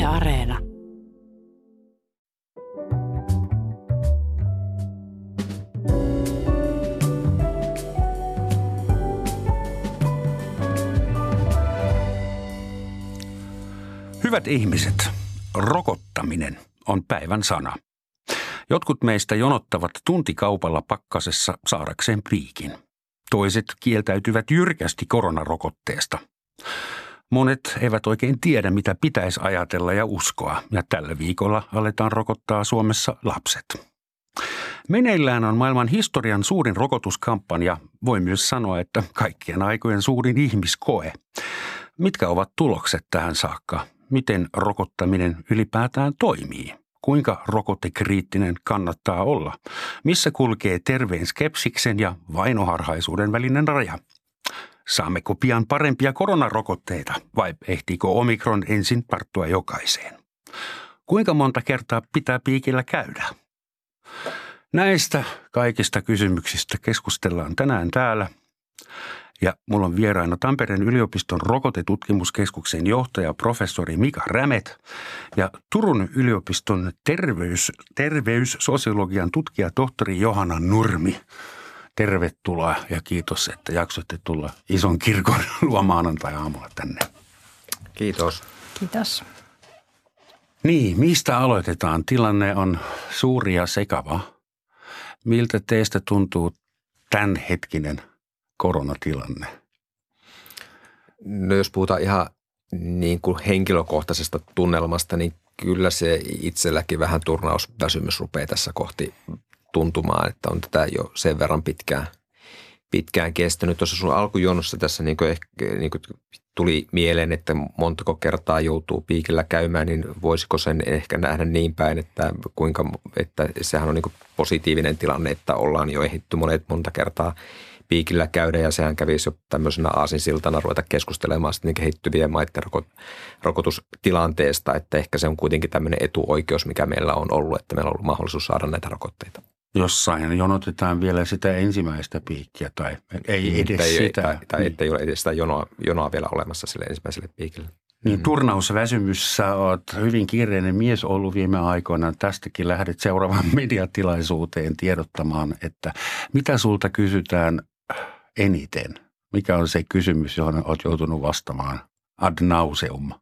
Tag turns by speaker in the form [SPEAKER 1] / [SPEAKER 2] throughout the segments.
[SPEAKER 1] Areena.
[SPEAKER 2] Hyvät ihmiset, rokottaminen on päivän sana. Jotkut meistä jonottavat tuntikaupalla pakkasessa saadakseen priikin. Toiset kieltäytyvät jyrkästi koronarokotteesta. Monet eivät oikein tiedä, mitä pitäisi ajatella ja uskoa, ja tällä viikolla aletaan rokottaa Suomessa lapset. Meneillään on maailman historian suurin rokotuskampanja, voi myös sanoa, että kaikkien aikojen suurin ihmiskoe. Mitkä ovat tulokset tähän saakka? Miten rokottaminen ylipäätään toimii? Kuinka rokotekriittinen kannattaa olla? Missä kulkee terveen skepsiksen ja vainoharhaisuuden välinen raja? Saammeko pian parempia koronarokotteita vai ehtiikö omikron ensin tarttua jokaiseen? Kuinka monta kertaa pitää piikillä käydä? Näistä kaikista kysymyksistä keskustellaan tänään täällä. Ja mulla on vieraana Tampereen yliopiston rokotetutkimuskeskuksen johtaja professori Mika Rämet ja Turun yliopiston terveyssosiologian tutkija tohtori Johanna Nurmi. Tervetuloa ja kiitos, että jaksoitte tulla Ison kirkon luo maanantai-aamulla tänne.
[SPEAKER 3] Kiitos.
[SPEAKER 4] Kiitos.
[SPEAKER 2] Niin, mistä aloitetaan? Tilanne on suuri ja sekava. Miltä teistä tuntuu tämänhetkinen koronatilanne?
[SPEAKER 3] No jos puhutaan ihan niin kuin henkilökohtaisesta tunnelmasta, niin kyllä se itselläkin vähän turnausväsymys rupeaa tässä kohti tuntumaan, että on tätä jo sen verran pitkään kestänyt. Tuossa sun alkujonossa tässä niin kuin tuli mieleen, että montako kertaa joutuu piikillä käymään, niin voisiko sen ehkä nähdä niin päin, että sehän on niin kuin positiivinen tilanne, että ollaan jo ehditty monta kertaa piikillä käydä ja sehän kävisi jo tämmöisenä aasinsiltana ruveta keskustelemaan sitten niin kehittyvien maiden rokotustilanteesta, että ehkä se on kuitenkin tämmöinen etuoikeus, mikä meillä on ollut, että meillä on ollut mahdollisuus saada näitä rokotteita. Jossain
[SPEAKER 2] jonotetaan vielä sitä ensimmäistä piikkiä tai ei edes sitä.
[SPEAKER 3] Tai ettei ole edes sitä jonoa vielä olemassa sille ensimmäiselle piikille.
[SPEAKER 2] Niin turnausväsymys, sä oot hyvin kiireinen mies ollut viime aikoina. Tästäkin lähdet seuraavaan mediatilaisuuteen tiedottamaan, että mitä sulta kysytään eniten? Mikä on se kysymys, johon olet joutunut vastaamaan ad nauseum?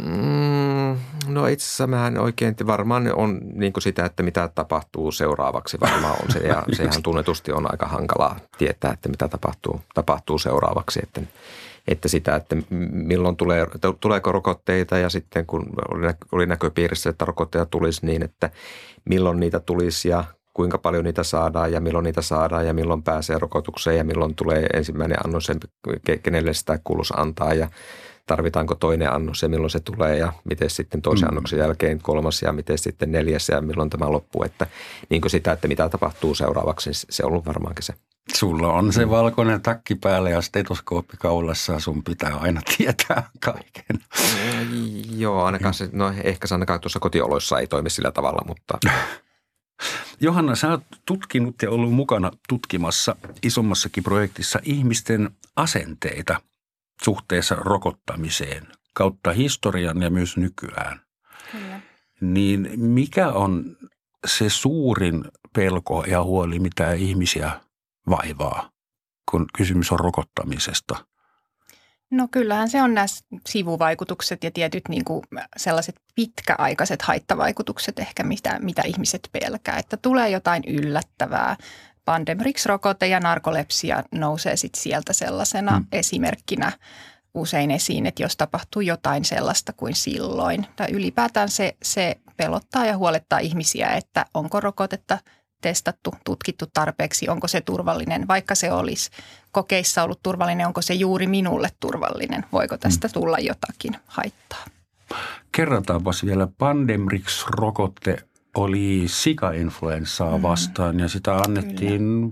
[SPEAKER 3] No itse asiassa mähän oikein varmaan on niin kuin sitä, että mitä tapahtuu seuraavaksi varmaan on se. Ja sehän tunnetusti on aika hankalaa tietää, että mitä tapahtuu seuraavaksi. Että sitä, että milloin tuleeko rokotteita ja sitten kun oli näköpiirissä, että rokotteita tulisi niin, että milloin niitä tulisi ja kuinka paljon niitä saadaan ja milloin niitä saadaan ja milloin pääsee rokotukseen ja milloin tulee ensimmäinen annos, kenelle sitä kuuluisi antaa ja tarvitaanko toinen annos ja milloin se tulee ja miten sitten toisen annoksen jälkeen kolmas ja miten sitten neljäs ja milloin tämä loppuu. Että niin kuin sitä, että mitä tapahtuu seuraavaksi, niin se on ollut varmaankin se.
[SPEAKER 2] Sulla on se valkoinen takki päällä ja stetoskooppi kaulassa, sun pitää aina tietää kaiken.
[SPEAKER 3] Joo, ainakaan se, no ehkä se ainakaan tuossa kotioloissa ei toimi sillä tavalla, mutta...
[SPEAKER 2] Johanna, sä oot tutkinut ja ollut mukana tutkimassa isommassakin projektissa ihmisten asenteita suhteessa rokottamiseen kautta historian ja myös nykyään.
[SPEAKER 4] Kyllä.
[SPEAKER 2] Niin mikä on se suurin pelko ja huoli, mitä ihmisiä vaivaa, kun kysymys on rokottamisesta?
[SPEAKER 4] No kyllähän se on nämä sivuvaikutukset ja tietyt niin kuin sellaiset pitkäaikaiset haittavaikutukset ehkä, mitä ihmiset pelkää. Että tulee jotain yllättävää. Pandemrix-rokote ja narkolepsia nousee sitten sieltä sellaisena esimerkkinä usein esiin, että jos tapahtuu jotain sellaista kuin silloin. Tai ylipäätään se pelottaa ja huolettaa ihmisiä, että onko rokotetta testattu, tutkittu tarpeeksi, onko se turvallinen, vaikka se olisi kokeissa ollut turvallinen, onko se juuri minulle turvallinen, voiko tästä tulla jotakin haittaa.
[SPEAKER 2] Kerrataanpas vielä, Pandemrix-rokote oli sika-influenssaa vastaan ja sitä annettiin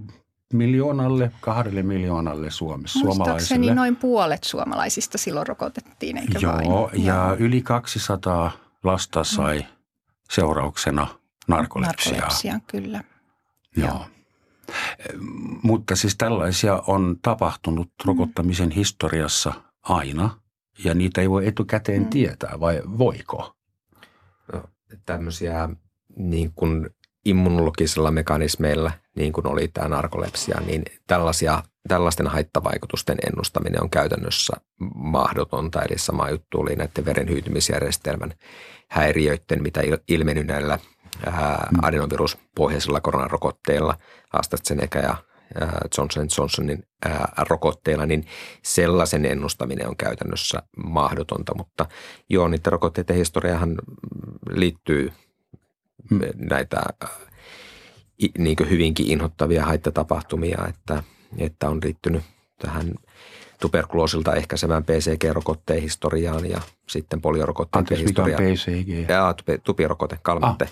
[SPEAKER 2] 2 miljoonalle Suomessa suomalaisille.
[SPEAKER 4] Muistaakseni noin puolet suomalaisista silloin rokotettiin, eikö vain?
[SPEAKER 2] Joo, ja yli 200 lasta sai seurauksena narkolepsiaa.
[SPEAKER 4] Narkolepsia, kyllä.
[SPEAKER 2] Joo. Mutta siis tällaisia on tapahtunut rokottamisen historiassa aina ja niitä ei voi etukäteen tietää, vai voiko?
[SPEAKER 3] tämmöisiä niin kuin immunologisilla mekanismeilla, niin kuin oli tämä narkolepsia, niin tällaisten haittavaikutusten ennustaminen on käytännössä mahdotonta. Eli sama juttu oli näiden verenhyytymisjärjestelmän häiriöiden, mitä ilmeni näillä adenoviruspohjaisilla koronarokotteilla, AstraZeneca ja Johnson & Johnsonin rokotteilla, niin sellaisen ennustaminen on käytännössä mahdotonta. Mutta joo, niiden rokotteiden historiahan liittyy näitä niin kuin hyvinkin inhottavia haittatapahtumia, että on liittynyt tähän tuberkuloosilta ehkäisevään BCG-rokotteen historiaan ja sitten poliorokotteen historiaan.
[SPEAKER 2] Anteeksi, mikä on BCG?
[SPEAKER 3] Ja tupirokote, kalmante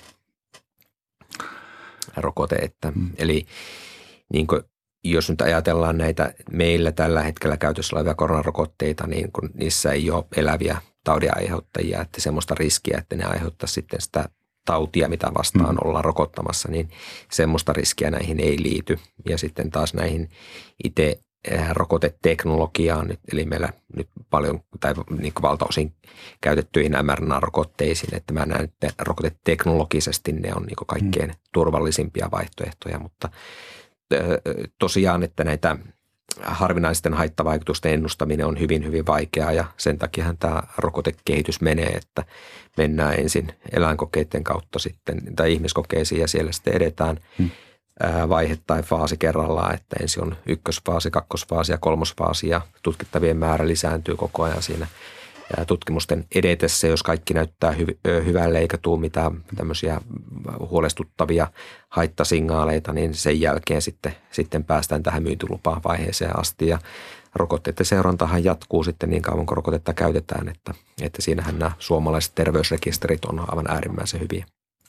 [SPEAKER 3] rokote. Eli niin kuin, jos nyt ajatellaan näitä meillä tällä hetkellä käytössä olevia koronarokotteita, niin kun niissä ei ole eläviä taudin aiheuttajia, että semmoista riskiä, että ne aiheuttaa sitten sitä tautia, mitä vastaan ollaan rokottamassa, niin semmoista riskiä näihin ei liity. Ja sitten taas näihin itse rokoteteknologiaan, eli meillä nyt paljon tai niin kuin valtaosin käytettyihin mRNA-rokotteisiin, että mä näen, että rokoteteknologisesti ne on niin kuin kaikkein turvallisimpia vaihtoehtoja, mutta tosiaan, että näitä harvinaisten haittavaikutusten ennustaminen on hyvin, hyvin vaikeaa ja sen takiahan tämä rokotekehitys menee, että mennään ensin eläinkokeiden kautta sitten tai ihmiskokeisiin ja siellä sitten edetään vaihe tai faasi kerrallaan, että ensin on ykkösfaasi, kakkosfaasi ja kolmosfaasi ja tutkittavien määrä lisääntyy koko ajan siinä tutkimusten edetessä, jos kaikki näyttää hyvälle eikä tule mitään tämmöisiä huolestuttavia haittasignaaleita, niin sen jälkeen sitten päästään tähän myyntilupaan vaiheeseen asti ja rokotteiden seurantahan jatkuu sitten niin kauan, kun rokotetta käytetään, että siinähän nämä suomalaiset terveysrekisterit on aivan äärimmäisen hyviä.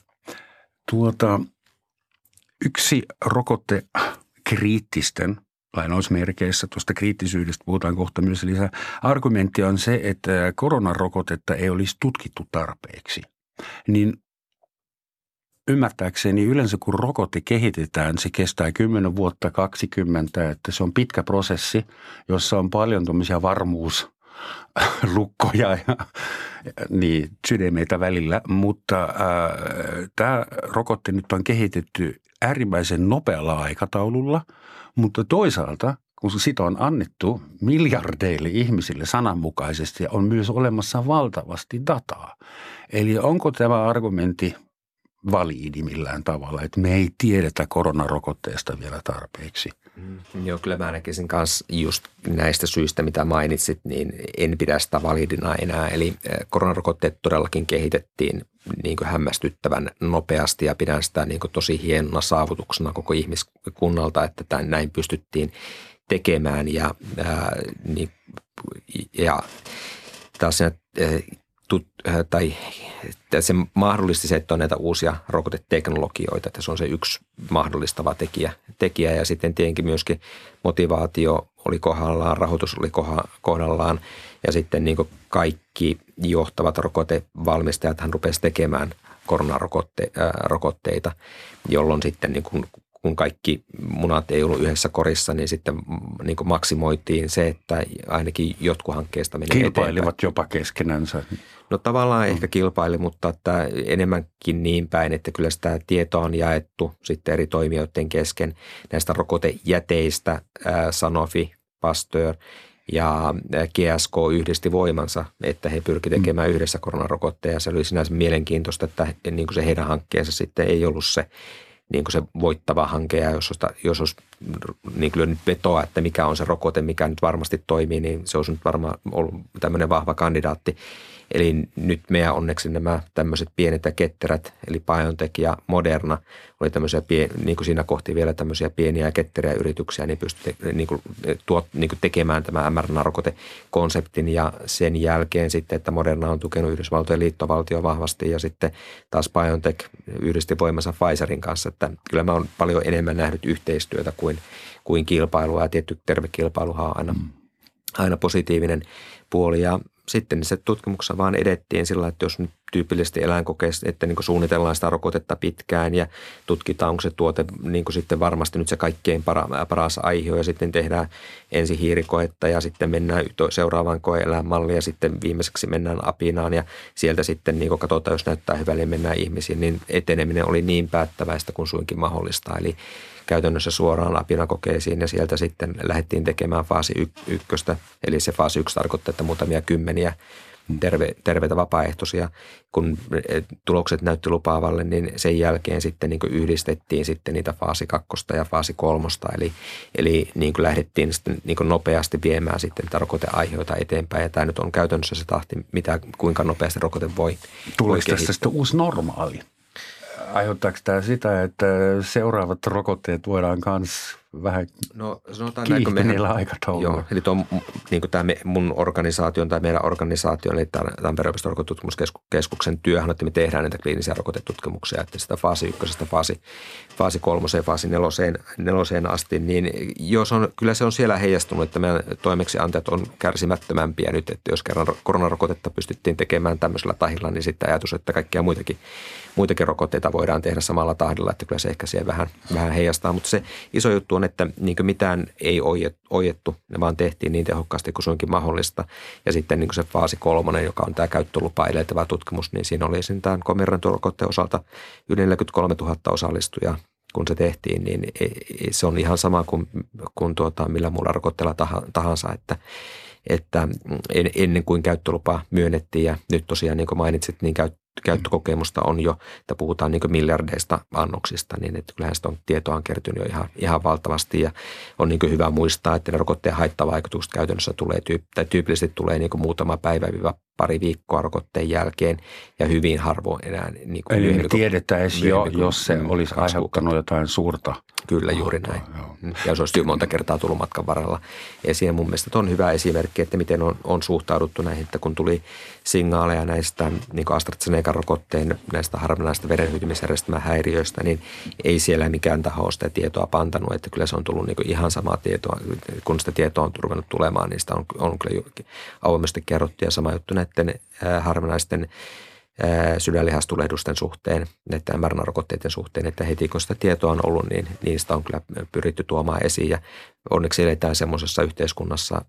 [SPEAKER 2] Yksi rokote kriittisten lainausmerkeissä, tuosta kriittisyydestä puhutaan kohta myös lisää. Argumentti on se, että koronarokotetta ei olisi tutkittu tarpeeksi. Niin ymmärtääkseni yleensä kun rokote kehitetään, se kestää 10 vuotta, 20, että se on pitkä prosessi, jossa on paljon tuommoisia varmuuslukkoja ja niin, sydämeitä välillä, mutta tämä rokotte nyt on kehitetty äärimmäisen nopealla aikataululla, mutta toisaalta, kun sitä on annettu miljardeille ihmisille sananmukaisesti, on myös olemassa valtavasti dataa. Eli onko tämä argumentti validi millään tavalla, että me ei tiedetä koronarokotteesta vielä tarpeeksi?
[SPEAKER 3] Joo, kyllä mä näkisin kanssa just näistä syistä, mitä mainitsit, niin en pidä sitä validina enää. Eli koronarokotteet todellakin kehitettiin niin kuin hämmästyttävän nopeasti ja pidän sitä niin kuin tosi hienona saavutuksena koko ihmiskunnalta, että näin pystyttiin tekemään ja taas se mahdollisti se, että on näitä uusia rokoteteknologioita, että se on se yksi mahdollistava tekijä ja sitten tietenkin myöskin motivaatio oli kohdallaan, rahoitus oli kohdallaan ja sitten niin kuin kaikki johtavat rokotevalmistajat hän rupesi tekemään koronarokotteita, jolloin sitten niin kuin kun kaikki munat ei ollut yhdessä korissa, niin sitten niin kuin maksimoitiin se, että ainakin jotkut hankkeesta meni eteenpäin.
[SPEAKER 2] Kilpailivat jopa keskenänsä.
[SPEAKER 3] No tavallaan ehkä kilpaili, mutta että enemmänkin niin päin, että kyllä sitä tietoa on jaettu sitten eri toimijoiden kesken näistä rokotejäteistä. Sanofi, Pasteur ja GSK yhdisti voimansa, että he pyrkivät tekemään yhdessä koronarokotteja. Se oli sinänsä mielenkiintoista, että niin kuin se heidän hankkeensa sitten ei ollut se niin kuin se voittava hanke ja jos olisi niin kuin nyt vetoa, että mikä on se rokote, mikä nyt varmasti toimii, niin se olisi nyt varmaan ollut tämmöinen vahva kandidaatti. Eli nyt meidän onneksi nämä tämmöiset pienet ja ketterät, eli BioNTech ja Moderna, oli tämmöisiä, niin kuin siinä kohti vielä tämmöisiä pieniä ja ketteriä yrityksiä, niin pystyi niin kuin tekemään tämä mRNA-rokotekonseptin ja sen jälkeen sitten, että Moderna on tukenut Yhdysvaltojen liittovaltio vahvasti ja sitten taas BioNTech yhdisti voimansa Pfizerin kanssa, että kyllä mä oon paljon enemmän nähnyt yhteistyötä kuin kilpailua ja tietty terve kilpailuhan on aina positiivinen puoli ja sitten se tutkimuksessa vaan edettiin sillä, että jos nyt tyypillisesti eläinkokeissa, että niin kuin suunnitellaan sitä rokotetta pitkään ja tutkitaan, onko se tuote niin kuin sitten varmasti nyt se kaikkein paras aihe ja sitten tehdään ensin hiirikoetta ja sitten mennään seuraavaan koe-eläinmalliin ja sitten viimeiseksi mennään apinaan ja sieltä sitten niin kuin katsotaan, jos näyttää hyvälle, mennään ihmisiin, niin eteneminen oli niin päättäväistä kuin suinkin mahdollista. Eli käytännössä suoraan apinakokeisiin ja sieltä sitten lähdettiin tekemään faasi 1. Eli se faasi 1 tarkoittaa, että muutamia kymmeniä terveitä vapaaehtoisia. Kun tulokset näytti lupaavalle, niin sen jälkeen sitten niin kuin yhdistettiin sitten niitä faasi 2 ja faasi 3. Eli niin kuin lähdettiin sitten niin kuin nopeasti viemään sitten niitä rokoteaiheita eteenpäin. Ja tämä nyt on käytännössä se tahti, kuinka nopeasti rokote voi
[SPEAKER 2] Tuleeko tästä sitten uusi normaali? Aiheuttaako tämä sitä, että seuraavat rokotteet voidaan myös vähän kiihtyneellä aikataululla?
[SPEAKER 3] Joo, eli tuo, niin tämä mun organisaation tai meidän organisaation, eli Tampereen yliopiston rokotutkimuskeskuksen työhän, että me tehdään näitä kliinisiä rokotetutkimuksia, että sitä faasi 1, faasi 3, faasi 4 asti, niin kyllä se on siellä heijastunut, että meidän toimeksiantajat on kärsimättömämpiä nyt, että jos kerran koronarokotetta pystyttiin tekemään tämmöisellä tahilla, niin sitten ajatus, että kaikkia muitakin rokotteita voidaan tehdä samalla tahdilla, että kyllä se ehkä siihen vähän heijastaa, mutta se iso juttu on, että niin mitään ei oiettu, ne vaan tehtiin niin tehokkaasti kuin suinkin mahdollista. Ja sitten niin se faasi 3, joka on tämä käyttölupaa edeltävä tutkimus, niin siinä oli sen tämän Comirnaty-rokotteen osalta yli 43 000 osallistujaa. Kun se tehtiin, niin se on ihan sama kuin millä muulla rokotteella tahansa, että ennen kuin käyttölupa myönnettiin ja nyt tosiaan niin kuin mainitsit, niin käyttökokemusta on jo, että puhutaan niin kuin miljardeista annoksista, niin että kyllähän sitä tietoa on kertynyt jo ihan valtavasti ja on niin kuin hyvä muistaa, että ne rokotteen haittavaikutukset käytännössä tyypillisesti tulee niin kuin muutama päivä pari viikkoa rokotteen jälkeen ja hyvin harvoin enää. Niin kuin
[SPEAKER 2] eli me tiedetään jo, jos se olisi aiheuttanut jotain suurta.
[SPEAKER 3] Kyllä, juuri näin. Ja se olisi monta kertaa tullut matkan varrella esiin. Mun mielestä on hyvä esimerkki, että miten on suhtauduttu näihin, että kun tuli signaaleja näistä niin kuin AstraZeneca-rokotteen näistä harvinaisista verenhyytymisjärjestelmän häiriöistä, niin ei siellä mikään taho ole sitä tietoa pantanut, että kyllä se on tullut niin kuin ihan samaa tietoa. Kun sitä tietoa on ruvennut tulemaan, niin sitä on kyllä avoimesti kerrottu ja sama juttu näiden harvinaisten sydänlihastulehdusten suhteen, näiden mRNA-rokotteiden suhteen, että heti kun sitä tietoa on ollut, niin niistä on kyllä pyritty tuomaan esiin. Ja onneksi eletään semmoisessa yhteiskunnassa,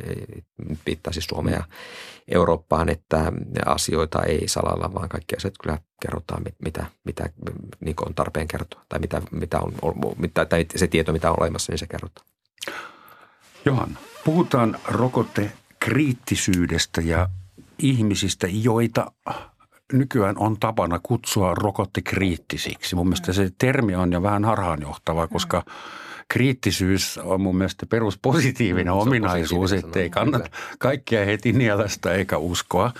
[SPEAKER 3] viittaa siis Suomea ja Eurooppaan, että asioita ei salalla, vaan kaikki asiat kyllä kerrotaan, mitä niin on tarpeen kertoa. Tai tai se tieto, mitä on olemassa, niin se kerrotaan.
[SPEAKER 2] Johanna, puhutaan rokotekriittisyydestä ja ihmisistä, joita nykyään on tapana kutsua rokotekriittisiksi. Mun mielestä se termi on jo vähän harhaanjohtava, koska kriittisyys on mun mielestä peruspositiivinen ominaisuus, ettei kannata kaikkea heti nielasta eikä uskoa.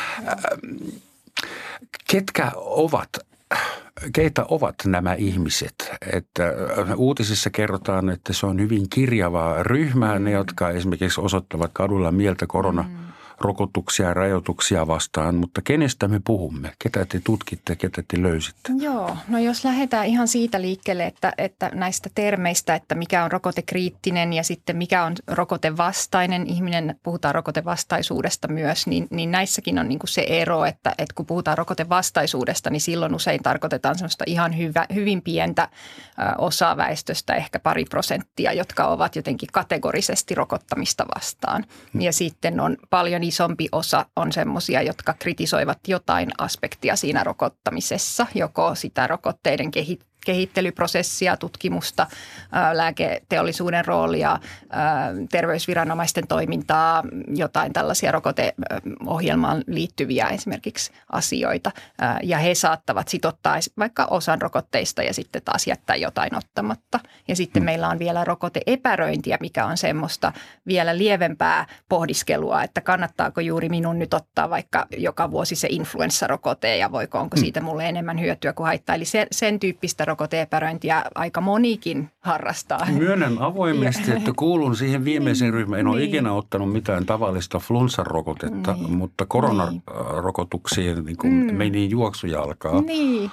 [SPEAKER 2] Keitä ovat nämä ihmiset? Että uutisissa kerrotaan, että se on hyvin kirjavaa ryhmää, ne jotka esimerkiksi osoittavat kadulla mieltä koronarokotuksia ja rajoituksia vastaan, mutta kenestä me puhumme? Ketä te tutkitte, ketä te löysitte?
[SPEAKER 4] Joo, no jos lähdetään ihan siitä liikkeelle, että näistä termeistä, että mikä on rokotekriittinen ja sitten mikä on rokotevastainen, ihminen, puhutaan rokotevastaisuudesta myös, niin näissäkin on niin kuin se ero, että kun puhutaan rokotevastaisuudesta, niin silloin usein tarkoitetaan sellaista ihan hyvin pientä osaa väestöstä, ehkä 2%, jotka ovat jotenkin kategorisesti rokottamista vastaan. Ja sitten on paljon isompi osa on semmoisia, jotka kritisoivat jotain aspektia siinä rokottamisessa, joko sitä rokotteiden kehittelyprosessia, tutkimusta, lääketeollisuuden roolia, terveysviranomaisten toimintaa, jotain tällaisia rokoteohjelmaan liittyviä esimerkiksi asioita. Ja he saattavat sitten ottaa vaikka osan rokotteista ja sitten taas jättää jotain ottamatta. Ja sitten meillä on vielä rokoteepäröintiä, mikä on semmoista vielä lievempää pohdiskelua, että kannattaako juuri minun nyt ottaa vaikka joka vuosi se influenssarokote ja onko siitä mulle enemmän hyötyä kuin haittaa. Eli sen tyyppistä rokoteepäröintiä aika monikin harrastaa.
[SPEAKER 2] Myönnän avoimesti, että kuulun siihen viimeiseen ryhmään. En ole ikinä ottanut mitään tavallista flunssarokotetta, mutta koronarokotuksiin meni juoksujalkaa.
[SPEAKER 4] Niin,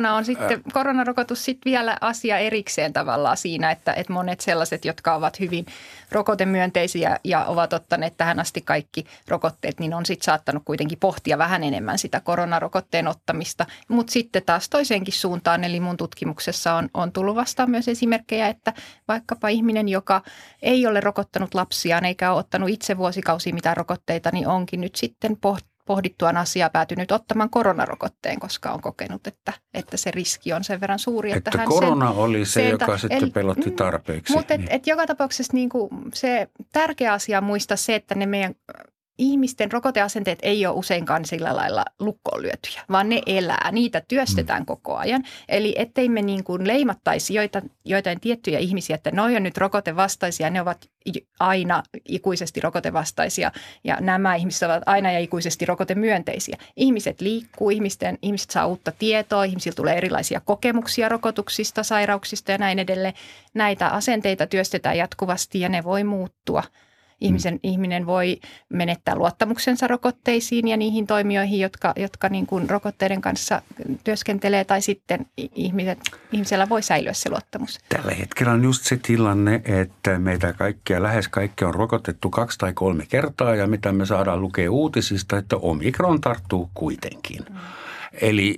[SPEAKER 4] koronarokotus sitten vielä asia erikseen tavallaan siinä, että monet sellaiset, jotka ovat hyvin rokotemyönteisiä ja ovat ottaneet tähän asti kaikki rokotteet, niin on sitten saattanut kuitenkin pohtia vähän enemmän sitä koronarokotteen ottamista. Mutta sitten taas toiseenkin suuntaan, eli mun tutkimuksessa on tullut vastaan myös esimerkkejä, että vaikkapa ihminen, joka ei ole rokottanut lapsiaan eikä ole ottanut itse vuosikausia mitään rokotteita, niin onkin nyt sitten pohdittuaan asiaa päätynyt ottamaan koronarokotteen, koska on kokenut, että se riski on sen verran suuri.
[SPEAKER 2] Että korona oli se, joka sitten pelotti tarpeeksi.
[SPEAKER 4] Mutta joka tapauksessa niin kuin se tärkeä asia on muistaa se, että ne meidän ihmisten rokoteasenteet ei ole useinkaan sillä lailla lukkoon lyötyjä, vaan ne elää. Niitä työstetään koko ajan. Eli ettei me niin kuin leimattaisi joitain tiettyjä ihmisiä, että ne on nyt rokotevastaisia, ne ovat aina ikuisesti rokotevastaisia ja nämä ihmiset ovat aina ja ikuisesti rokotemyönteisiä. Ihmiset liikkuu, ihmiset saa uutta tietoa, ihmisillä tulee erilaisia kokemuksia rokotuksista, sairauksista ja näin edelleen. Näitä asenteita työstetään jatkuvasti ja ne voi muuttua. Ihminen voi menettää luottamuksensa rokotteisiin ja niihin toimijoihin, jotka niin kuin rokotteiden kanssa työskentelee, tai sitten ihmisellä voi säilyä se luottamus.
[SPEAKER 2] Tällä hetkellä on just se tilanne, että meitä lähes kaikkia on rokotettu 2 tai 3 kertaa, ja mitä me saadaan lukea uutisista, että Omikron tarttuu kuitenkin. Eli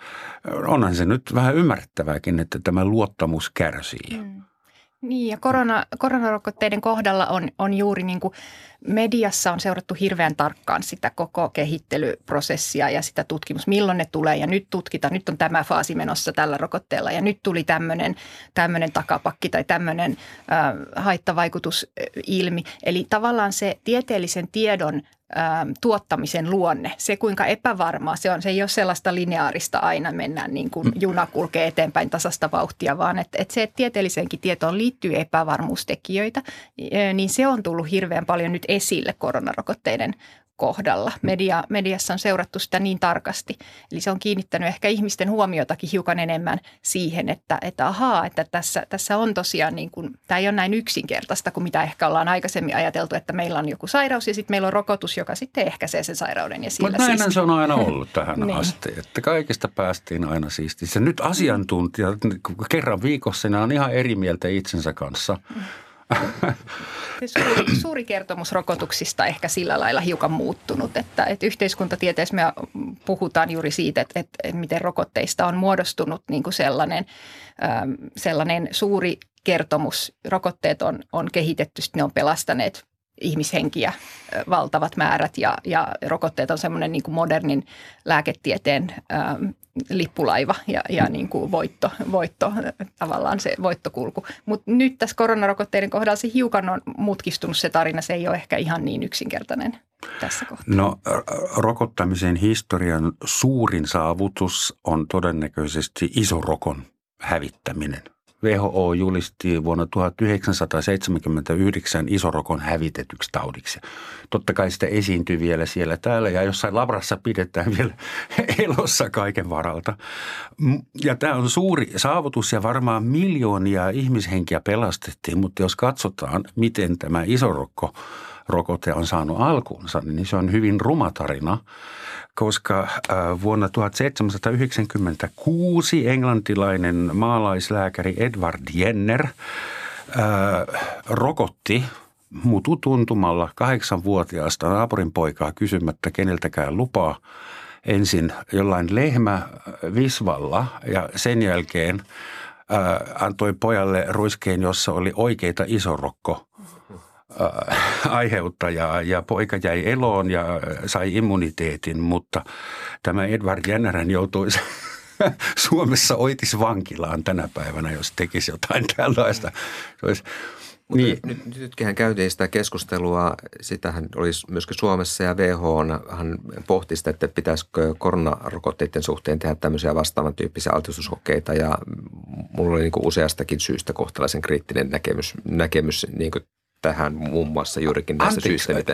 [SPEAKER 2] onhan se nyt vähän ymmärrettävääkin, että tämä luottamus kärsii.
[SPEAKER 4] Niin, ja koronarokotteiden kohdalla on juuri niin kuin mediassa on seurattu hirveän tarkkaan sitä koko kehittelyprosessia ja sitä tutkimusta, milloin ne tulee ja nyt tutkitaan, nyt on tämä faasi menossa tällä rokotteella ja nyt tuli tämmöinen takapakki tai tämmöinen haittavaikutus ilmi. Eli tavallaan se tieteellisen tiedon tuottamisen luonne, se kuinka epävarmaa se on, se ei ole sellaista lineaarista aina mennään niin kuin juna kulkee eteenpäin tasasta vauhtia, vaan että se, että tieteelliseenkin tietoon liittyy epävarmuustekijöitä, niin se on tullut hirveän paljon nyt esille koronarokotteiden kohdalla. Mediassa on seurattu sitä niin tarkasti. Eli se on kiinnittänyt ehkä ihmisten huomiotakin hiukan enemmän siihen, että ahaa, että tässä on tosiaan niin kuin, tämä ei ole näin yksinkertaista kuin mitä ehkä ollaan aikaisemmin ajateltu, että meillä on joku sairaus ja sitten meillä on rokotus, joka sitten ehkäisee sen sairauden. Mutta
[SPEAKER 2] näinhän se on aina ollut tähän asti, että kaikesta päästiin aina siistissä. Nyt asiantuntijat kerran viikossa ne on ihan eri mieltä itsensä kanssa.
[SPEAKER 4] Suuri kertomus rokotuksista ehkä sillä lailla hiukan muuttunut, että yhteiskuntatieteessä me puhutaan juuri siitä, että miten rokotteista on muodostunut niin kuin sellainen suuri kertomus. Rokotteet on kehitetty, ne on pelastaneet ihmishenkiä valtavat määrät ja rokotteet on semmoinen niin kuin modernin lääketieteen lippulaiva ja niin kuin voitto, tavallaan se voittokulku. Mutta nyt tässä koronarokotteiden kohdalla se hiukan on mutkistunut se tarina. Se ei ole ehkä ihan niin yksinkertainen tässä kohtaa.
[SPEAKER 2] No rokottamisen historian suurin saavutus on todennäköisesti isorokon hävittäminen. WHO julisti vuonna 1979 isorokon hävitetyksi taudiksi. Totta kai sitä esiintyy vielä siellä täällä ja jossain labrassa pidetään vielä elossa kaiken varalta. Ja tämä on suuri saavutus ja varmaan miljoonia ihmishenkiä pelastettiin, mutta jos katsotaan, miten tämä isorokko-rokote on saanut alkuunsa, niin se on hyvin ruma tarina. Koska vuonna 1796 englantilainen maalaislääkäri Edward Jenner rokotti mututuntumalla 8-vuotiaasta naapurin poikaa kysymättä keneltäkään lupaa ensin jollain lehmävisvalla ja sen jälkeen antoi pojalle ruiskeen, jossa oli oikeita isorokko aiheuttajaa ja poika jäi eloon ja sai immuniteetin, mutta tämä Edward Jenner joutui Suomessa oitisvankilaan tänä päivänä, jos tekisi jotain tällaista.
[SPEAKER 3] Niin. Nytkin käytiin sitä keskustelua, sitähän olisi myöskin Suomessa ja WHOhan pohti sitä, että pitäisikö koronarokotteiden suhteen tehdä tämmöisiä vastaavan tyyppisiä altistuskokeita ja mulla oli niin kuin useastakin syystä kohtalaisen kriittinen näkemys niin kuin tähän muun muassa juurikin näissä syistä,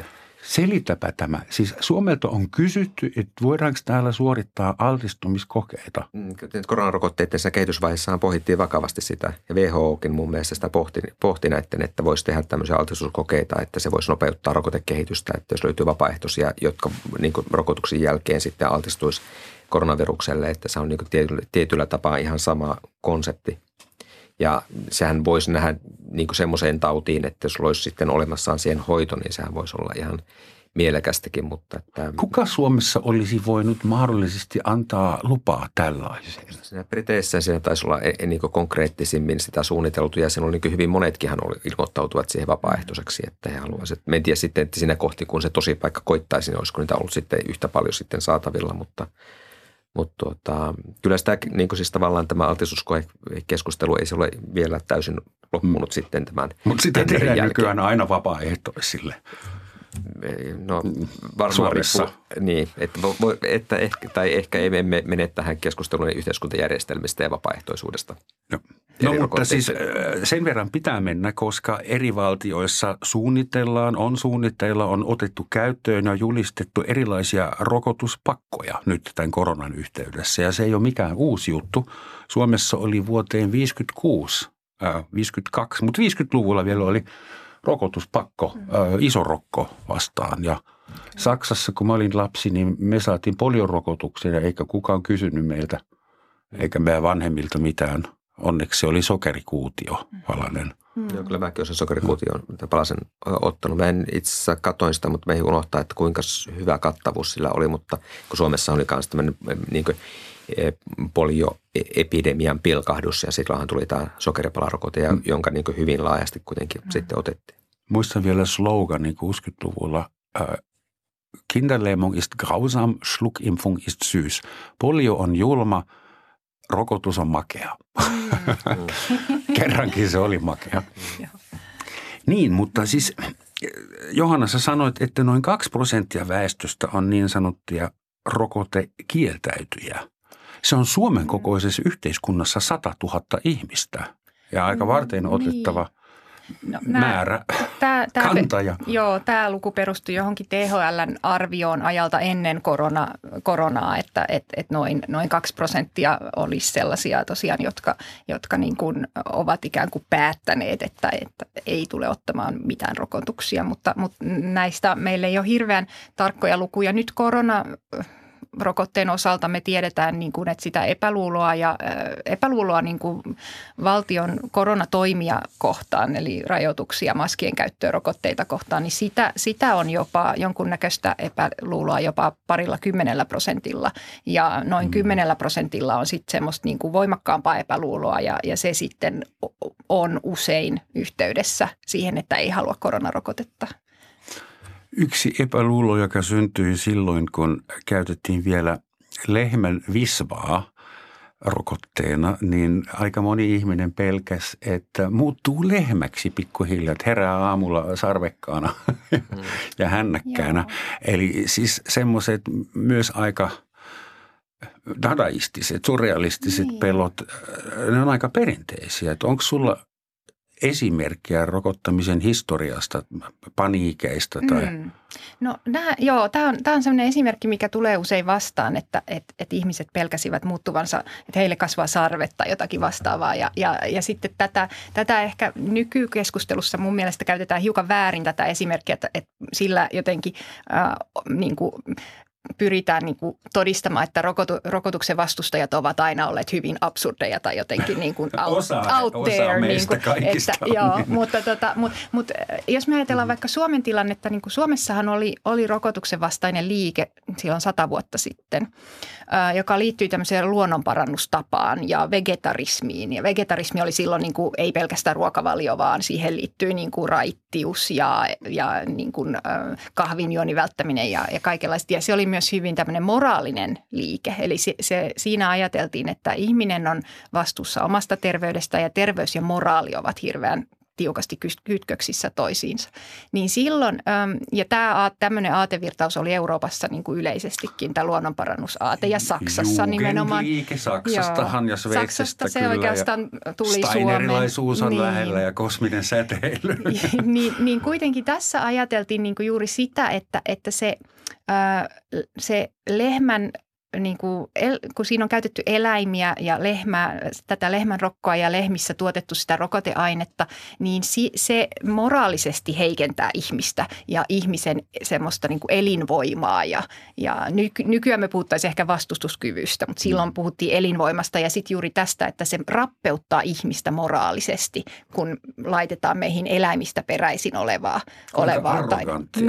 [SPEAKER 2] Selitäpä tämä. Siis Suomelta on kysytty, että voidaanko täällä suorittaa altistumiskokeita.
[SPEAKER 3] Koronarokotteiden kehitysvaiheessahan pohdittiin vakavasti sitä. Ja WHOkin mun mielestä sitä pohti näiden, että voisi tehdä tämmöisiä altistuskokeita, että se voisi nopeuttaa rokotekehitystä. Että jos löytyy vapaaehtoisia, jotka niin kuin rokotuksen jälkeen sitten altistuisi koronavirukselle, että se on niin kuin tietyllä tapaa ihan sama konsepti. Ja sehän voisi nähdä niin kuin semmoiseen tautiin, että jos olisi sitten olemassaan siihen hoito, niin sehän voisi olla ihan mielekästäkin. Mutta että
[SPEAKER 2] kuka Suomessa olisi voinut mahdollisesti antaa lupaa tällaiseen?
[SPEAKER 3] Siinä Briteissä siinä taisi olla niin kuin konkreettisimmin sitä suunniteltu ja siinä oli niin hyvin monetkinhan ilmoittautuvat siihen vapaaehtoiseksi, että he haluaisivat. Me en tiedä sitten, että siinä kohti, kun se tosipaikka koittaisi, niin olisiko niitä ollut sitten yhtä paljon sitten saatavilla, mutta kyllä sitä niin kuin siis tavallaan tämä altistuskoekeskustelu ei se ole vielä täysin loppunut sitten tämän.
[SPEAKER 2] Mutta sitä tehdään nykyään aina vapaaehtoisille.
[SPEAKER 3] No varmaan
[SPEAKER 2] Suomessa.
[SPEAKER 3] Niin, että ehkä emme mene tähän keskusteluun yhteiskuntajärjestelmistä ja vapaaehtoisuudesta.
[SPEAKER 2] No mutta siis sen verran pitää mennä, koska eri valtioissa on suunnitteilla, on otettu käyttöön ja julistettu erilaisia rokotuspakkoja nyt tämän koronan yhteydessä. Ja se ei ole mikään uusi juttu. Suomessa oli vuoteen 52, mutta 50-luvulla vielä oli rokotuspakko, isorokko vastaan. Ja Saksassa, kun mä olin lapsi, niin me saatiin poliorokotuksen ja eikä kukaan kysynyt meiltä, eikä meidän vanhemmilta mitään. Onneksi se oli sokerikuutio palanen.
[SPEAKER 3] Joo, kyllä mäkin olen sen sokerikuution palasen ottanut. Mä en itse asiassa katoin sitä, mutta me ei unohtaa, että kuinka hyvä kattavuus sillä oli. Mutta kun Suomessa oli myös tämmöinen niin kuin polioepidemian pilkahdus ja silloinhan tuli tämä sokeripalarokote, jonka niin kuin hyvin laajasti kuitenkin sitten otettiin.
[SPEAKER 2] Muistan vielä sloganin 60-luvulla. Kinderlähmung ist grausam, Schluckimpfung ist süß. Polio on julma, rokotus on makea. Kerrankin se oli makea. Niin, mutta siis Johanna, sä sanoit, että noin 2% väestöstä on niin sanottuja rokotekieltäytyjyjä. Se on Suomen kokoisessa yhteiskunnassa 100 000 ihmistä ja aika varten otettava määrä kantaja.
[SPEAKER 4] Joo, tämä luku perustui johonkin THL:n arvioon ajalta ennen koronaa, että noin 2% olisi sellaisia tosiaan, jotka niin kuin ovat ikään kuin päättäneet, että ei tule ottamaan mitään rokotuksia, mutta näistä meillä ei ole hirveän tarkkoja lukuja. Nyt rokotteen osalta me tiedetään, niin kuin, että sitä epäluuloa niin kuin valtion koronatoimia kohtaan, eli rajoituksia, maskien käyttöä, rokotteita kohtaan, niin sitä on jopa jonkunnäköistä epäluuloa jopa 20% ja noin 10% on sitten semmoista niin kuin voimakkaampaa epäluuloa ja se sitten on usein yhteydessä siihen, että ei halua koronarokotetta.
[SPEAKER 2] Yksi epäluulo, joka syntyi silloin, kun käytettiin vielä lehmän visvaa rokotteena, niin aika moni ihminen pelkäsi, että muuttuu lehmäksi pikkuhiljaa, että herää aamulla sarvekkaana ja hännäkkäänä. Joo. Eli siis semmoiset myös aika dadaistiset, surrealistiset pelot, ne on aika perinteisiä. Että onko sulla esimerkkiä rokottamisen historiasta, paniikeista tai?
[SPEAKER 4] No tämä on sellainen esimerkki, mikä tulee usein vastaan, että ihmiset pelkäsivät muuttuvansa, että heille kasvaa sarvet tai jotakin vastaavaa. Ja sitten tätä ehkä nykykeskustelussa mun mielestä käytetään hiukan väärin tätä esimerkkiä, että sillä jotenkin niin kuin pyritään niin kuin todistamaan, että rokotuksen vastustajat ovat aina olleet hyvin absurdeja tai jotenkin niin kuin out there.
[SPEAKER 2] Meistä niin kuin, kaikista.
[SPEAKER 4] Mutta jos me ajatellaan vaikka Suomen tilannetta, niin kuin Suomessahan oli rokotuksen vastainen liike silloin 100 vuotta sitten, joka liittyy tämmöiseen luonnonparannustapaan ja vegetarismiin. Ja vegetarismi oli silloin niin kuin, ei pelkästään ruokavalio, vaan siihen liittyy niin kuin raittius ja niin kuin, kahvinjuonnin välttäminen ja kaikenlaista. Ja se oli myös hyvin tämmöinen moraalinen liike. Eli siinä ajateltiin, että ihminen on vastuussa omasta terveydestä ja terveys ja moraali ovat hirveän tiukasti kytköksissä toisiinsa. Niin silloin, ja tämmöinen aatevirtaus oli Euroopassa niin kuin yleisestikin, tämä luonnonparannusaate ja Saksassa nimenomaan.
[SPEAKER 2] Jugendliike Saksastahan ja Sveitsistä
[SPEAKER 4] Saksasta se
[SPEAKER 2] kyllä.
[SPEAKER 4] oikeastaan tuli Suomeen.
[SPEAKER 2] Steinerilaisuus on lähellä ja kosminen säteily.
[SPEAKER 4] niin kuitenkin tässä ajateltiin niin kuin juuri sitä, että se lehmän, niin kuin, kun siinä on käytetty eläimiä ja tätä lehmänrokkoa ja lehmissä tuotettu sitä rokoteainetta, niin se moraalisesti heikentää ihmistä ja ihmisen semmoista niin kuin elinvoimaa. Ja nykyään me puhuttaisiin ehkä vastustuskyvystä, mutta silloin puhuttiin elinvoimasta ja sitten juuri tästä, että se rappeuttaa ihmistä moraalisesti, kun laitetaan meihin eläimistä peräisin olevaa.
[SPEAKER 2] Arroganttia.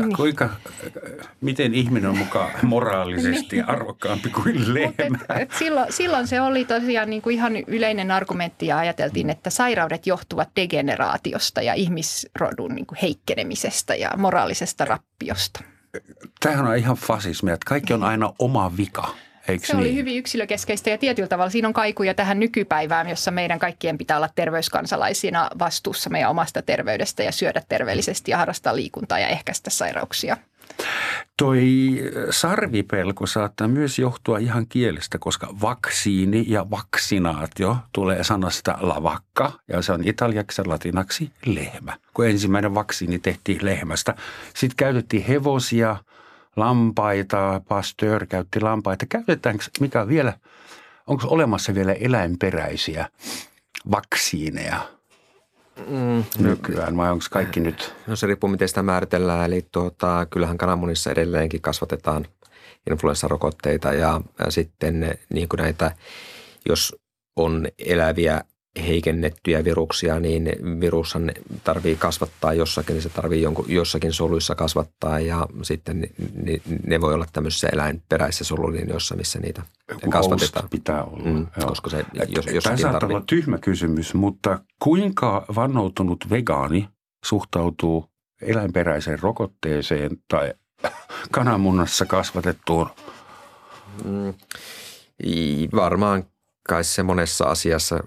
[SPEAKER 2] Miten ihminen on mukaan moraalisesti arvokkaampi kuin lehmä?
[SPEAKER 4] Silloin se oli tosiaan niin kuin ihan yleinen argumentti ja ajateltiin, että sairaudet johtuvat degeneraatiosta ja ihmisrodun niin kuin heikkenemisestä ja moraalisesta rappiosta.
[SPEAKER 2] Tämähän on ihan fasismia, että kaikki on aina oma vika. Eikö
[SPEAKER 4] se
[SPEAKER 2] niin?
[SPEAKER 4] Oli hyvin yksilökeskeistä ja tietyllä tavalla siinä on kaikuja tähän nykypäivään, jossa meidän kaikkien pitää olla terveyskansalaisina vastuussa meidän omasta terveydestä ja syödä terveellisesti ja harrastaa liikuntaa ja ehkäistä sairauksia.
[SPEAKER 2] Toi sarvipelko saattaa myös johtua ihan kielestä, koska vaksiini ja vaksinaatio tulee sanasta lavakka ja se on italiaksi ja latinaksi lehmä. Kun ensimmäinen vaksiini tehtiin lehmästä, sitten käytettiin hevosia, lampaita, Pasteur käytti lampaita. Käytetäänkö mikä vielä, onko olemassa vielä eläinperäisiä vaksiineja? Nykyään vai onko kaikki nyt?
[SPEAKER 3] No se riippuu miten sitä määritellään, eli kyllähän kananmunissa edelleenkin kasvatetaan influenssarokotteita ja sitten niin kuin näitä, jos on eläviä heikennettyjä viruksia, niin virushan tarvii kasvattaa jossakin, niin se tarvii jossakin soluissa kasvattaa ja sitten ne voi olla tämmöisissä eläinperäisissä solulinjoissa, missä niitä kasvatetaan.
[SPEAKER 2] Pitää olla.
[SPEAKER 3] Koska se jossakin
[SPEAKER 2] tämä saattaa olla tyhmä kysymys, mutta kuinka vannoutunut vegaani suhtautuu eläinperäiseen rokotteeseen tai kananmunassa kasvatettuun?
[SPEAKER 3] Varmaan kai se monessa asiassa,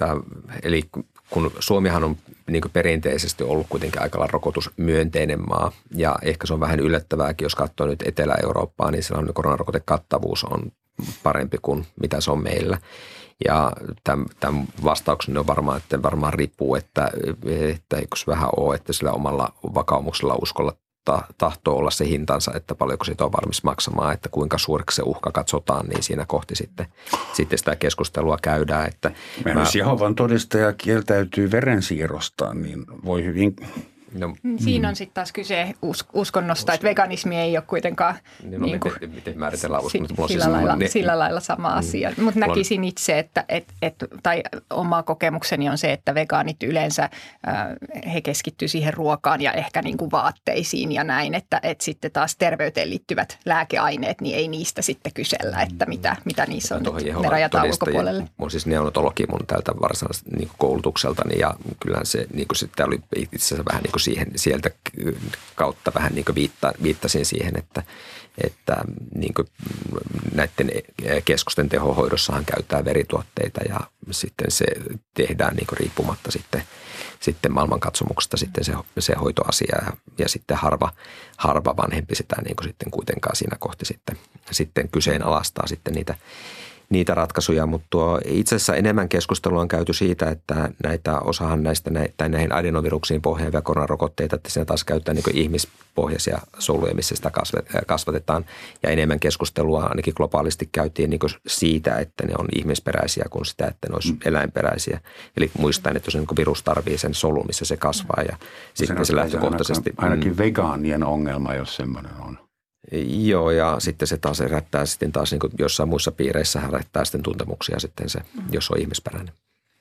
[SPEAKER 3] eli kun Suomihan on niin kuin perinteisesti ollut kuitenkin aika lailla rokotusmyönteinen maa ja ehkä se on vähän yllättävääkin, jos katsoo nyt Etelä-Eurooppaa, niin siellä on koronarokotekattavuus on parempi kuin mitä se on meillä. Ja tämän vastauksen on varmaan, että varmaan riippuu, että eikö se vähän ole, että sillä omalla vakaumuksella uskolla tahtoo olla se hintansa, että paljonko siitä on valmis maksamaan, että kuinka suureksi se uhka katsotaan, niin siinä kohti sitten sitä keskustelua käydään. Että
[SPEAKER 2] jos Jehovan todistaja kieltäytyy verensiirrosta, niin voi hyvin...
[SPEAKER 3] No,
[SPEAKER 4] siinä on sitten taas kyse uskonnosta, että veganismi ei ole kuitenkaan
[SPEAKER 3] miten määritellään uskonnosta.
[SPEAKER 4] Sillä lailla sama asia. Mutta näkisin itse, tai oma kokemukseni on se, että vegaanit yleensä he keskittyy siihen ruokaan ja ehkä niin kuin vaatteisiin ja näin, että sitten taas terveyteen liittyvät lääkeaineet, niin ei niistä sitten kysellä, että mitä niissä on. Ne rajataan ulkopuolelle.
[SPEAKER 3] Mun siis neonatologi mun täältä varsinaisesti niin koulutukseltani ja kyllähän se niin kuin sitten oli itse asiassa vähän niin kuin sieltä kautta vähän niin kuin viittasin siihen, että niin kuin näiden keskusten tehohoidossahan käytetään verituotteita ja sitten se tehdään niin kuin riippumatta sitten maailmankatsomuksesta sitten se hoitoasia ja sitten harva vanhempi sitä niin kuin sitten kuitenkaan siinä kohti sitten kyseenalaistaa sitten niitä ratkaisuja, mutta itse asiassa enemmän keskustelua on käyty siitä, että osahan näihin adenoviruksiin pohjaavia koronarokotteita, että siinä taas käytetään niin kuin ihmispohjaisia soluja, missä sitä kasvatetaan. Ja enemmän keskustelua ainakin globaalisti käytiin niin kuin siitä, että ne on ihmisperäisiä kuin sitä, että ne olisi eläinperäisiä. Eli muistaen, että se niin kuin virus tarvitsee sen solun, missä se kasvaa ja sitten se lähtökohtaisesti...
[SPEAKER 2] Ainakin vegaanien ongelma, jos semmoinen on.
[SPEAKER 3] Joo, ja sitten se taas herättää sitten taas niin kuin jossain muissa piireissä herättää sitten tuntemuksia sitten se, jos on ihmisperäinen.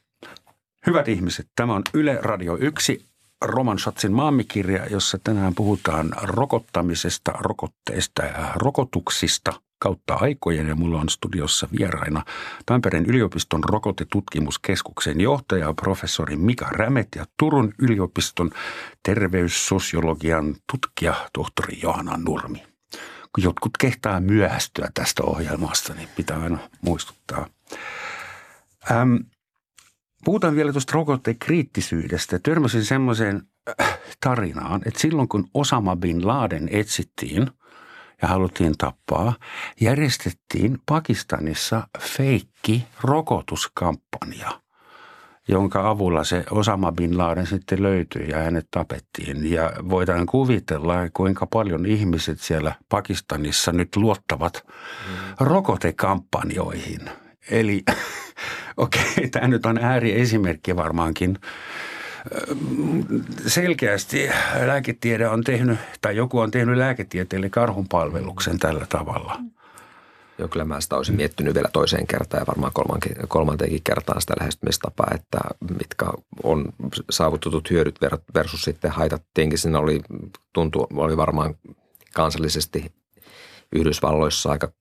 [SPEAKER 2] Hyvät ihmiset, tämä on Yle Radio 1, Roman Schatzin maamikirja, jossa tänään puhutaan rokottamisesta, rokotteista ja rokotuksista kautta aikojen. Ja mulla on studiossa vieraina Tampereen yliopiston rokotetutkimuskeskuksen johtaja professori Mika Rämet ja Turun yliopiston terveyssosiologian tutkija tohtori Johanna Nurmi. Kun jotkut kehtaa myöhästyä tästä ohjelmasta, niin pitää aina muistuttaa. Puhutaan vielä tuosta rokotteen kriittisyydestä. Törmäsin semmoiseen tarinaan, että silloin kun Osama Bin Laden etsittiin ja haluttiin tappaa, järjestettiin Pakistanissa feikki rokotuskampanja, jonka avulla se Osama Bin Laden sitten löytyi ja hänet tapettiin. Ja voidaan kuvitella, kuinka paljon ihmiset siellä Pakistanissa nyt luottavat rokotekampanjoihin. Eli okei, tämä nyt on ääriesimerkki varmaankin. Selkeästi lääketiede on tehnyt, tai joku on tehnyt lääketieteelle karhunpalveluksen tällä tavalla.
[SPEAKER 3] Joo, kyllä mä sitä olisin miettinyt vielä toiseen kertaan ja varmaan kolmanteenkin kertaan sitä lähestymistapaa, että mitkä on saavutetut hyödyt versus sitten haitat. Tietenkin siinä oli varmaan kansallisesti Yhdysvalloissa aika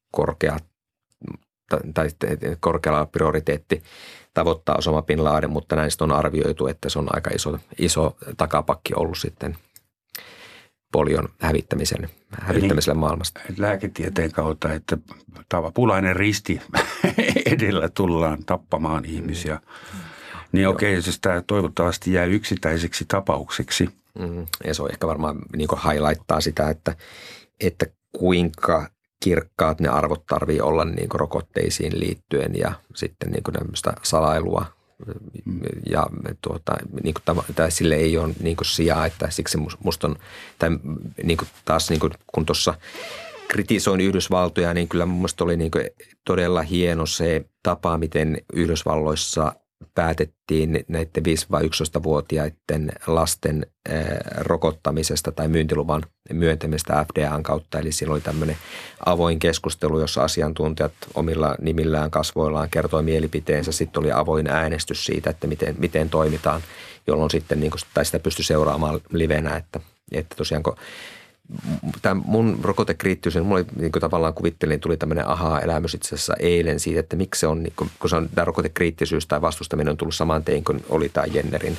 [SPEAKER 3] korkealla prioriteetti tavoittaa Osama Bin Laden, mutta näistä on arvioitu, että se on aika iso takapakki ollut sitten polion hävittämiselle maailmasta.
[SPEAKER 2] Lääketieteen kautta, että punainen risti edellä tullaan tappamaan ihmisiä. Niin okei, siis tämä toivottavasti jää yksittäiseksi tapaukseksi.
[SPEAKER 3] Ja se on ehkä varmaan niin kuin highlighttaa sitä, että kuinka kirkkaat ne arvot tarvii olla niin kuin rokotteisiin liittyen ja sitten niin kuin tämmöistä salailua. Ja niin kuin sille ei ole niin kuin sijaa, että siksi musta on, tai niin kuin taas niin kuin kun tuossa kritisoin Yhdysvaltoja, niin kyllä mun mielestä oli niin kuin todella hieno se tapa, miten Yhdysvalloissa päätettiin näiden 5-11-vuotiaiden lasten rokottamisesta tai myyntiluvan myöntämistä FDA:n kautta. Eli siinä oli tämmöinen avoin keskustelu, jossa asiantuntijat omilla nimillään, kasvoillaan kertoi mielipiteensä. Sitten oli avoin äänestys siitä, että miten toimitaan, jolloin sitten niin kuin, tai sitä pystyi seuraamaan livenä, että tosiaan tämä mun rokotekriittisyys, mulla niin kuin tavallaan kuvittelin, tuli tämmöinen aha-elämys itse asiassa eilen siitä, että miksi se on, kun se on tämä rokotekriittisyys tai vastustaminen on tullut saman tein, kun oli tämä Jennerin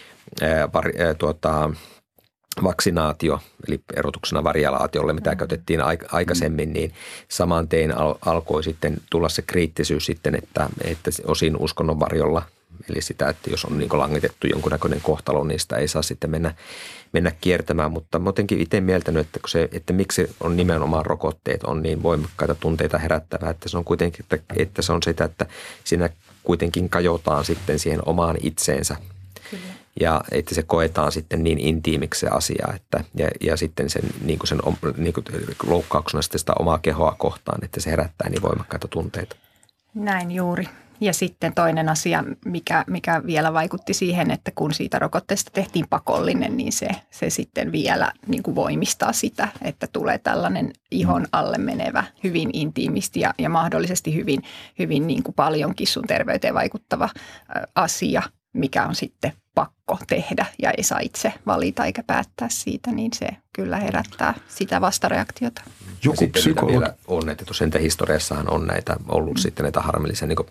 [SPEAKER 3] vaksinaatio, eli erotuksena varialaatiolle, mitä käytettiin aikaisemmin, niin saman tein alkoi sitten tulla se kriittisyys sitten, että osin uskonnon varjolla, eli sitä, että jos on niin kuin langitettu jonkunnäköinen kohtalo, niin sitä ei saa sitten mennä kiertämään, mutta mä jotenkin itse mieltänyt, että miksi on nimenomaan rokotteet on niin voimakkaita tunteita herättävää, että se on kuitenkin, että se on sitä, että siinä kuitenkin kajotaan sitten siihen omaan itseensä. Kyllä. Ja että se koetaan sitten niin intiimiksi se asia, että ja sitten sen, niin kuin sen niin kuin loukkauksena sitten sitä omaa kehoa kohtaan, että se herättää niin voimakkaita tunteita.
[SPEAKER 4] Näin juuri. Ja sitten toinen asia, mikä vielä vaikutti siihen, että kun siitä rokotteesta tehtiin pakollinen, niin se sitten vielä niin kuin voimistaa sitä, että tulee tällainen ihon alle menevä, hyvin intiimisti ja mahdollisesti hyvin niin kuin paljonkin sun terveyteen vaikuttava asia, mikä on sitten pakko tehdä ja ei saa itse valita eikä päättää siitä, niin se kyllä herättää sitä vastareaktiota.
[SPEAKER 3] Joku psykologi vielä on, että tuossa historiassahan on näitä ollut sitten näitä harmillisia niin kuin,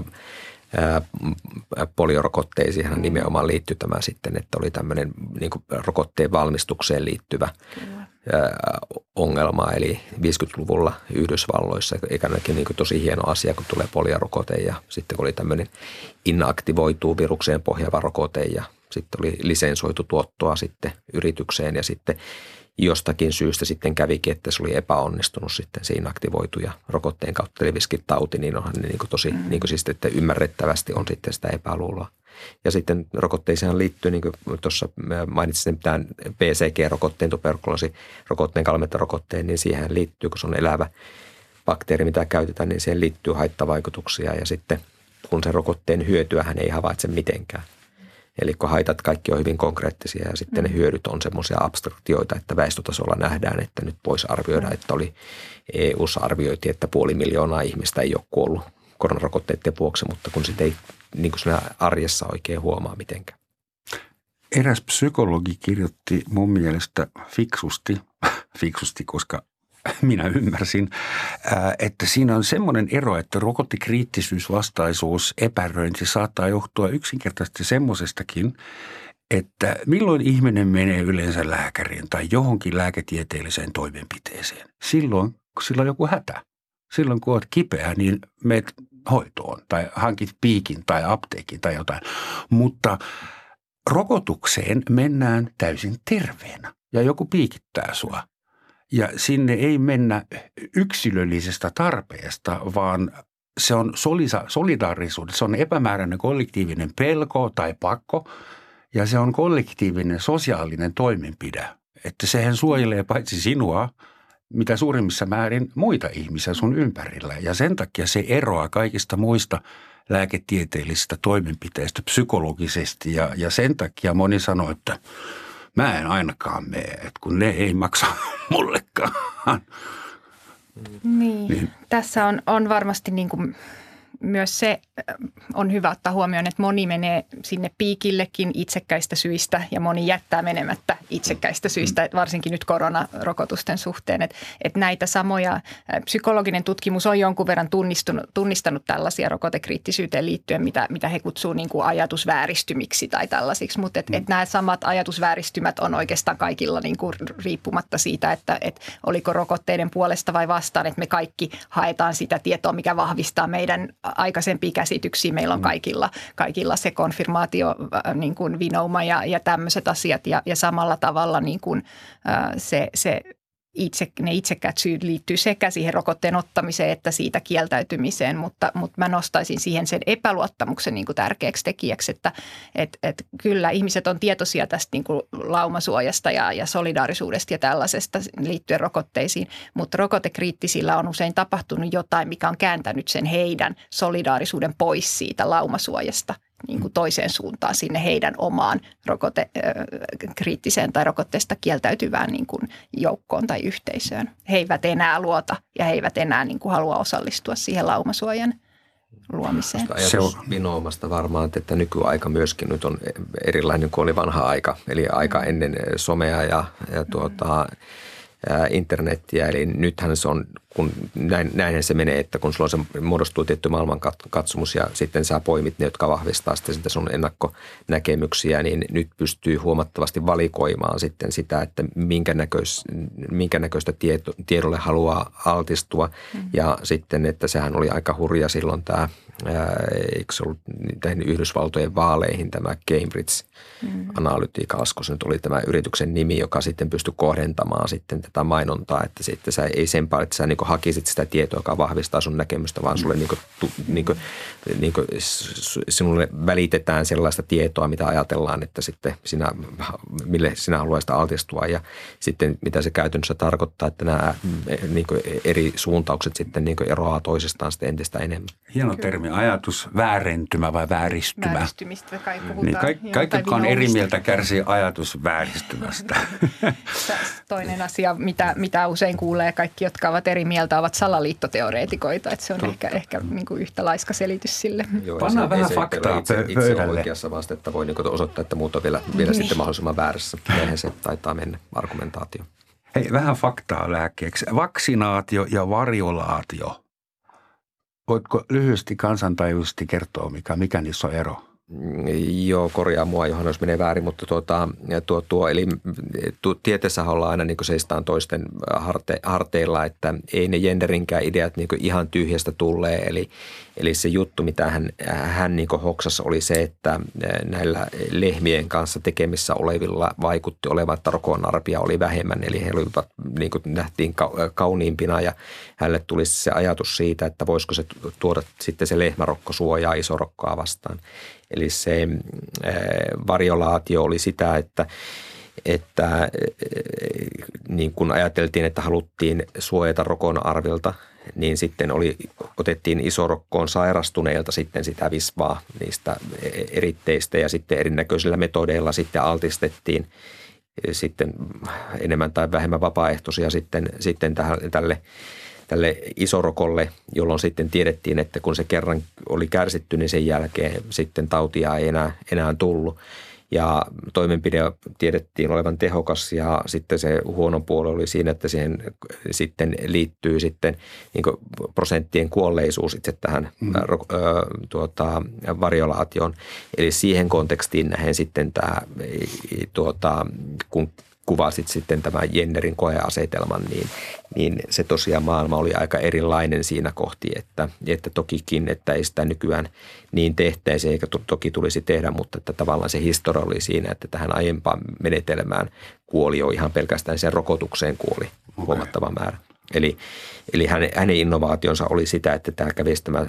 [SPEAKER 3] poliorokotteisiin nimenomaan liittyy tämä sitten, että oli tämmöinen niin kuin rokotteen valmistukseen liittyvä ongelma, eli 50-luvulla Yhdysvalloissa, eikä näkin niin kuin tosi hieno asia, kun tulee poliorokote ja sitten oli tämmöinen inaktivoituu virukseen pohjaava rokote ja sitten oli lisensoitu tuottoa sitten yritykseen ja sitten jostakin syystä sitten kävikin, että se oli epäonnistunut sitten se inaktivoitu ja rokotteen kautta leviskin tauti, niin onhan ne niin kuin tosi, niin kuin siis, että ymmärrettävästi on sitten sitä epäluuloa. Ja sitten rokotteisiin liittyy, niin kuin tuossa mainitsin tämän BCG-rokotteen, tuberkuloosirokotteen, kalmentarokotteen, niin siihen liittyy, kun se on elävä bakteeri, mitä käytetään, niin siihen liittyy haittavaikutuksia ja sitten kun sen rokotteen hyötyä hän ei havaitse mitenkään. Eli kun haitat kaikki on hyvin konkreettisia ja sitten ne hyödyt on semmoisia abstraktioita, että väestötasolla nähdään, että nyt voisi arvioida, että oli EU:ssa arvioitiin, että 500 000 ihmistä ei ole kuollut koronarokotteiden vuoksi, mutta kun sitä ei niin kuin siinä arjessa oikein huomaa mitenkään.
[SPEAKER 2] Eräs psykologi kirjoitti mun mielestä fiksusti, koska minä ymmärsin, että siinä on semmoinen ero, että rokottekriittisyys, vastaisuus, epäröinti saattaa johtua yksinkertaisesti semmoisestakin, että milloin ihminen menee yleensä lääkäriin tai johonkin lääketieteelliseen toimenpiteeseen. Silloin, kun sillä on joku hätä. Silloin, kun olet kipeä, niin menet hoitoon tai hankit piikin tai apteekin tai jotain. Mutta rokotukseen mennään täysin terveenä ja joku piikittää sua. Ja sinne ei mennä yksilöllisestä tarpeesta, vaan se on solidaarisuus. Se on epämääräinen kollektiivinen pelko tai pakko ja se on kollektiivinen sosiaalinen toimenpide. Että sehän suojelee paitsi sinua, mitä suurimmissa määrin muita ihmisiä sun ympärillä. Ja sen takia se eroaa kaikista muista lääketieteellisistä toimenpiteistä psykologisesti. Ja sen takia moni sanoo, että mä en ainakaan mene, että kun ne ei maksa mullekaan.
[SPEAKER 4] Niin. Tässä on varmasti niin kuin myös se on hyvä ottaa huomioon, että moni menee sinne piikillekin itsekkäistä syistä ja moni jättää menemättä itsekkäistä syistä, varsinkin nyt koronarokotusten suhteen. Että näitä samoja, psykologinen tutkimus on jonkun verran tunnistanut tällaisia rokotekriittisyyteen liittyen, mitä he kutsuu niin kuin ajatusvääristymiksi tai tällaisiksi. Mutta että nämä samat ajatusvääristymät on oikeastaan kaikilla niin kuin riippumatta siitä, että oliko rokotteiden puolesta vai vastaan, että me kaikki haetaan sitä tietoa, mikä vahvistaa meidän aikaisempia käsityksiä. Meillä on kaikilla se konfirmaatio, niin kuin vinouma ja tämmöiset asiat ja samalla tavalla niin kuin ne itsekkäät syyt liittyy sekä siihen rokotteen ottamiseen että siitä kieltäytymiseen, mutta mä nostaisin siihen sen epäluottamuksen niin kuin tärkeäksi tekijäksi, että kyllä ihmiset on tietoisia tästä niin kuin laumasuojasta ja solidaarisuudesta ja tällaisesta liittyen rokotteisiin, mutta rokotekriittisillä on usein tapahtunut jotain, mikä on kääntänyt sen heidän solidaarisuuden pois siitä laumasuojasta niin kuin toiseen suuntaan sinne heidän omaan rokotekriittiseen tai rokotteesta kieltäytyvään niin kuin joukkoon tai yhteisöön. He eivät enää luota ja he eivät enää niin kuin halua osallistua siihen laumasuojan luomiseen.
[SPEAKER 3] Ajatus vinoomasta varmaan, että nykyaika myöskin nyt on erilainen kuin oli vanha aika, eli aika ennen somea ja internettiä, eli nythän se on, kun näinhän se menee, että kun sulla se muodostuu tietty maailmankatsomus ja sitten sä poimit ne, jotka vahvistaa sitten sitä sun ennakkonäkemyksiä, niin nyt pystyy huomattavasti valikoimaan sitten sitä, että minkä näköistä tiedolle haluaa altistua ja sitten, että sehän oli aika hurja silloin tämä, eikö se ollut näihin Yhdysvaltojen vaaleihin tämä Cambridge Analytica, koska se nyt oli tämä yrityksen nimi, joka sitten pystyi kohdentamaan sitten tätä mainontaa, että sitten sä ei sen paljon, että sä niinku hakisit sitä tietoa, joka vahvistaa sun näkemystä, vaan sulle sinulle välitetään sellaista tietoa, mitä ajatellaan, että sitten mille sinä haluaisit altistua ja sitten mitä se käytännössä tarkoittaa, että nämä niinku eri suuntaukset sitten niinku eroaa toisistaan sitten entistä enemmän.
[SPEAKER 2] Hieno termi, ajatus väärentymä vai vääristymä.
[SPEAKER 4] Vääristymistä kai puhutaan.
[SPEAKER 2] Niin kaikki, jotka on eri mieltä, kärsii ajatus vääristymästä.
[SPEAKER 4] Toinen asia, mitä usein kuulee, kaikki, jotka ovat eri mieltä, ovat salaliittoteoreetikoita. Että se on ehkä niin kuin yhtä laiska selitys sille.
[SPEAKER 2] Pannaan vähän faktaa pöydälle.
[SPEAKER 3] Itse on oikeassa vasta, että voi niin osoittaa, että muut on vielä sitten mahdollisimman väärässä. Näinhän se taitaa mennä, argumentaatio.
[SPEAKER 2] Hei, vähän faktaa lääkkeeksi. Vaksinaatio ja variolaatio. Voitko lyhyesti kansantajuisesti kertoa, mikä niissä on ero?
[SPEAKER 3] Joo, korjaa mua, johon jos menee väärin, mutta eli tieteessä ollaan aina niin kuin seistaan toisten harteilla, että ei ne genderinkään ideat niin kuin ihan tyhjästä tulee. Eli se juttu, mitä hän niin kuin hoksasi, oli se, että näillä lehmien kanssa tekemissä olevilla vaikutti olevan, että rokonarpia oli vähemmän. Eli he olivat, niin kuin nähtiin kauniimpina ja hänelle tuli se ajatus siitä, että voisiko se tuoda sitten se lehmärokko suojaa isorokkoa vastaan. Eli se variolaatio oli sitä, että niin kun ajateltiin, että haluttiin suojata rokon arvilta, niin sitten otettiin isorokkoon sairastuneilta sitten sitä visvaa niistä eritteistä ja sitten erinäköisillä metodeilla sitten altistettiin sitten enemmän tai vähemmän vapaaehtoisia sitten tälle isorokolle, jolloin sitten tiedettiin, että kun se kerran oli kärsitty, niin sen jälkeen sitten tautia ei enää tullut. Ja toimenpide tiedettiin olevan tehokas ja sitten se huono puoli oli siinä, että siihen sitten liittyy sitten niin kuin prosenttien kuolleisuus itse tähän variolaatioon. Eli siihen kontekstiin nähen sitten kun kuvasit sitten tämän genderin koeasetelman, niin se tosiaan maailma oli aika erilainen siinä kohti, että tokikin, että ei sitä nykyään niin tehtäisi eikä toki tulisi tehdä, mutta että tavallaan se historia oli siinä, että tähän aiempaan menetelmään kuoli jo ihan pelkästään sen rokotukseen kuoli huomattava määrä. Eli hänen innovaationsa oli sitä, että tämä kävisi tämä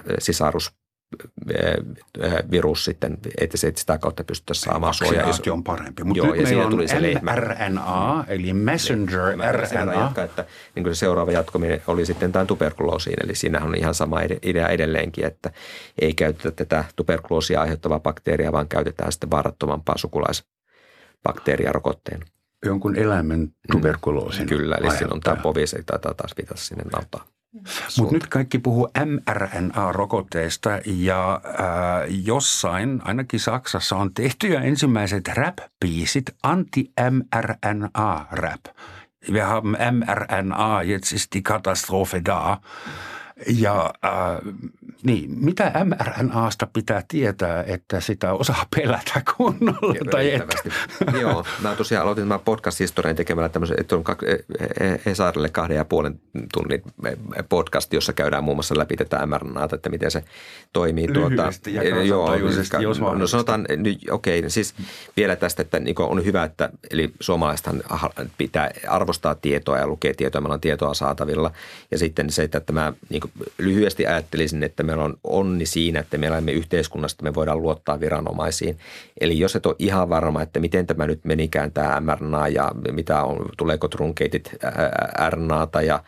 [SPEAKER 3] sisarusvirus sitten, että se sitä kautta pystyttäisiin saamaan suojaa.
[SPEAKER 2] Vaksinaatio on parempi, mutta nyt meillä on mRNA, eli messenger RNA.
[SPEAKER 3] Että niin kuin se seuraava jatkominen oli sitten tämän tuberkuloosiin, eli siinähän on ihan sama idea edelleenkin, että ei käytetä tätä tuberkuloosia aiheuttavaa bakteeria, vaan käytetään sitten vaarattomampaa sukulaisbakteeria rokotteena.
[SPEAKER 2] Jonkun eläimen tuberkuloosin.
[SPEAKER 3] Kyllä, eli siinä on tämä povis, ei taitaa taas vitata sinne nautaan.
[SPEAKER 2] Mutta nyt kaikki puhuu mRNA-rokotteista ja jossain, ainakin Saksassa, on tehty jo ensimmäiset rap-biisit, anti-mRNA-rap. Wir haben mRNA, jetzt ist die Katastrophe da. Ja niin, mitä mRNAsta pitää tietää, että sitä osaa pelätä kunnolla tai että?
[SPEAKER 3] Joo, mä tosiaan aloitin tämän podcast-historian tekemällä tämmöisen, että on Hesarille 2,5 tunnin podcast, jossa käydään muun muassa läpi tätä mRNAta, että miten se toimii.
[SPEAKER 2] Lyhyesti ja kansantajuisesti, jos mahdollista.
[SPEAKER 3] No sanotaan, okei, siis vielä tästä, että on hyvä, että eli suomalaisethan pitää arvostaa tietoa ja lukea tietoa, meillä on tietoa saatavilla. Ja sitten se, että mä lyhyesti ajattelisin, että meillä on onni siinä, että me elämme yhteiskunnassa, että me voidaan luottaa viranomaisiin. Eli jos et ole ihan varma, että miten tämä nyt menikään tämä mRNA ja mitä on, tuleeko truncated RNAta ja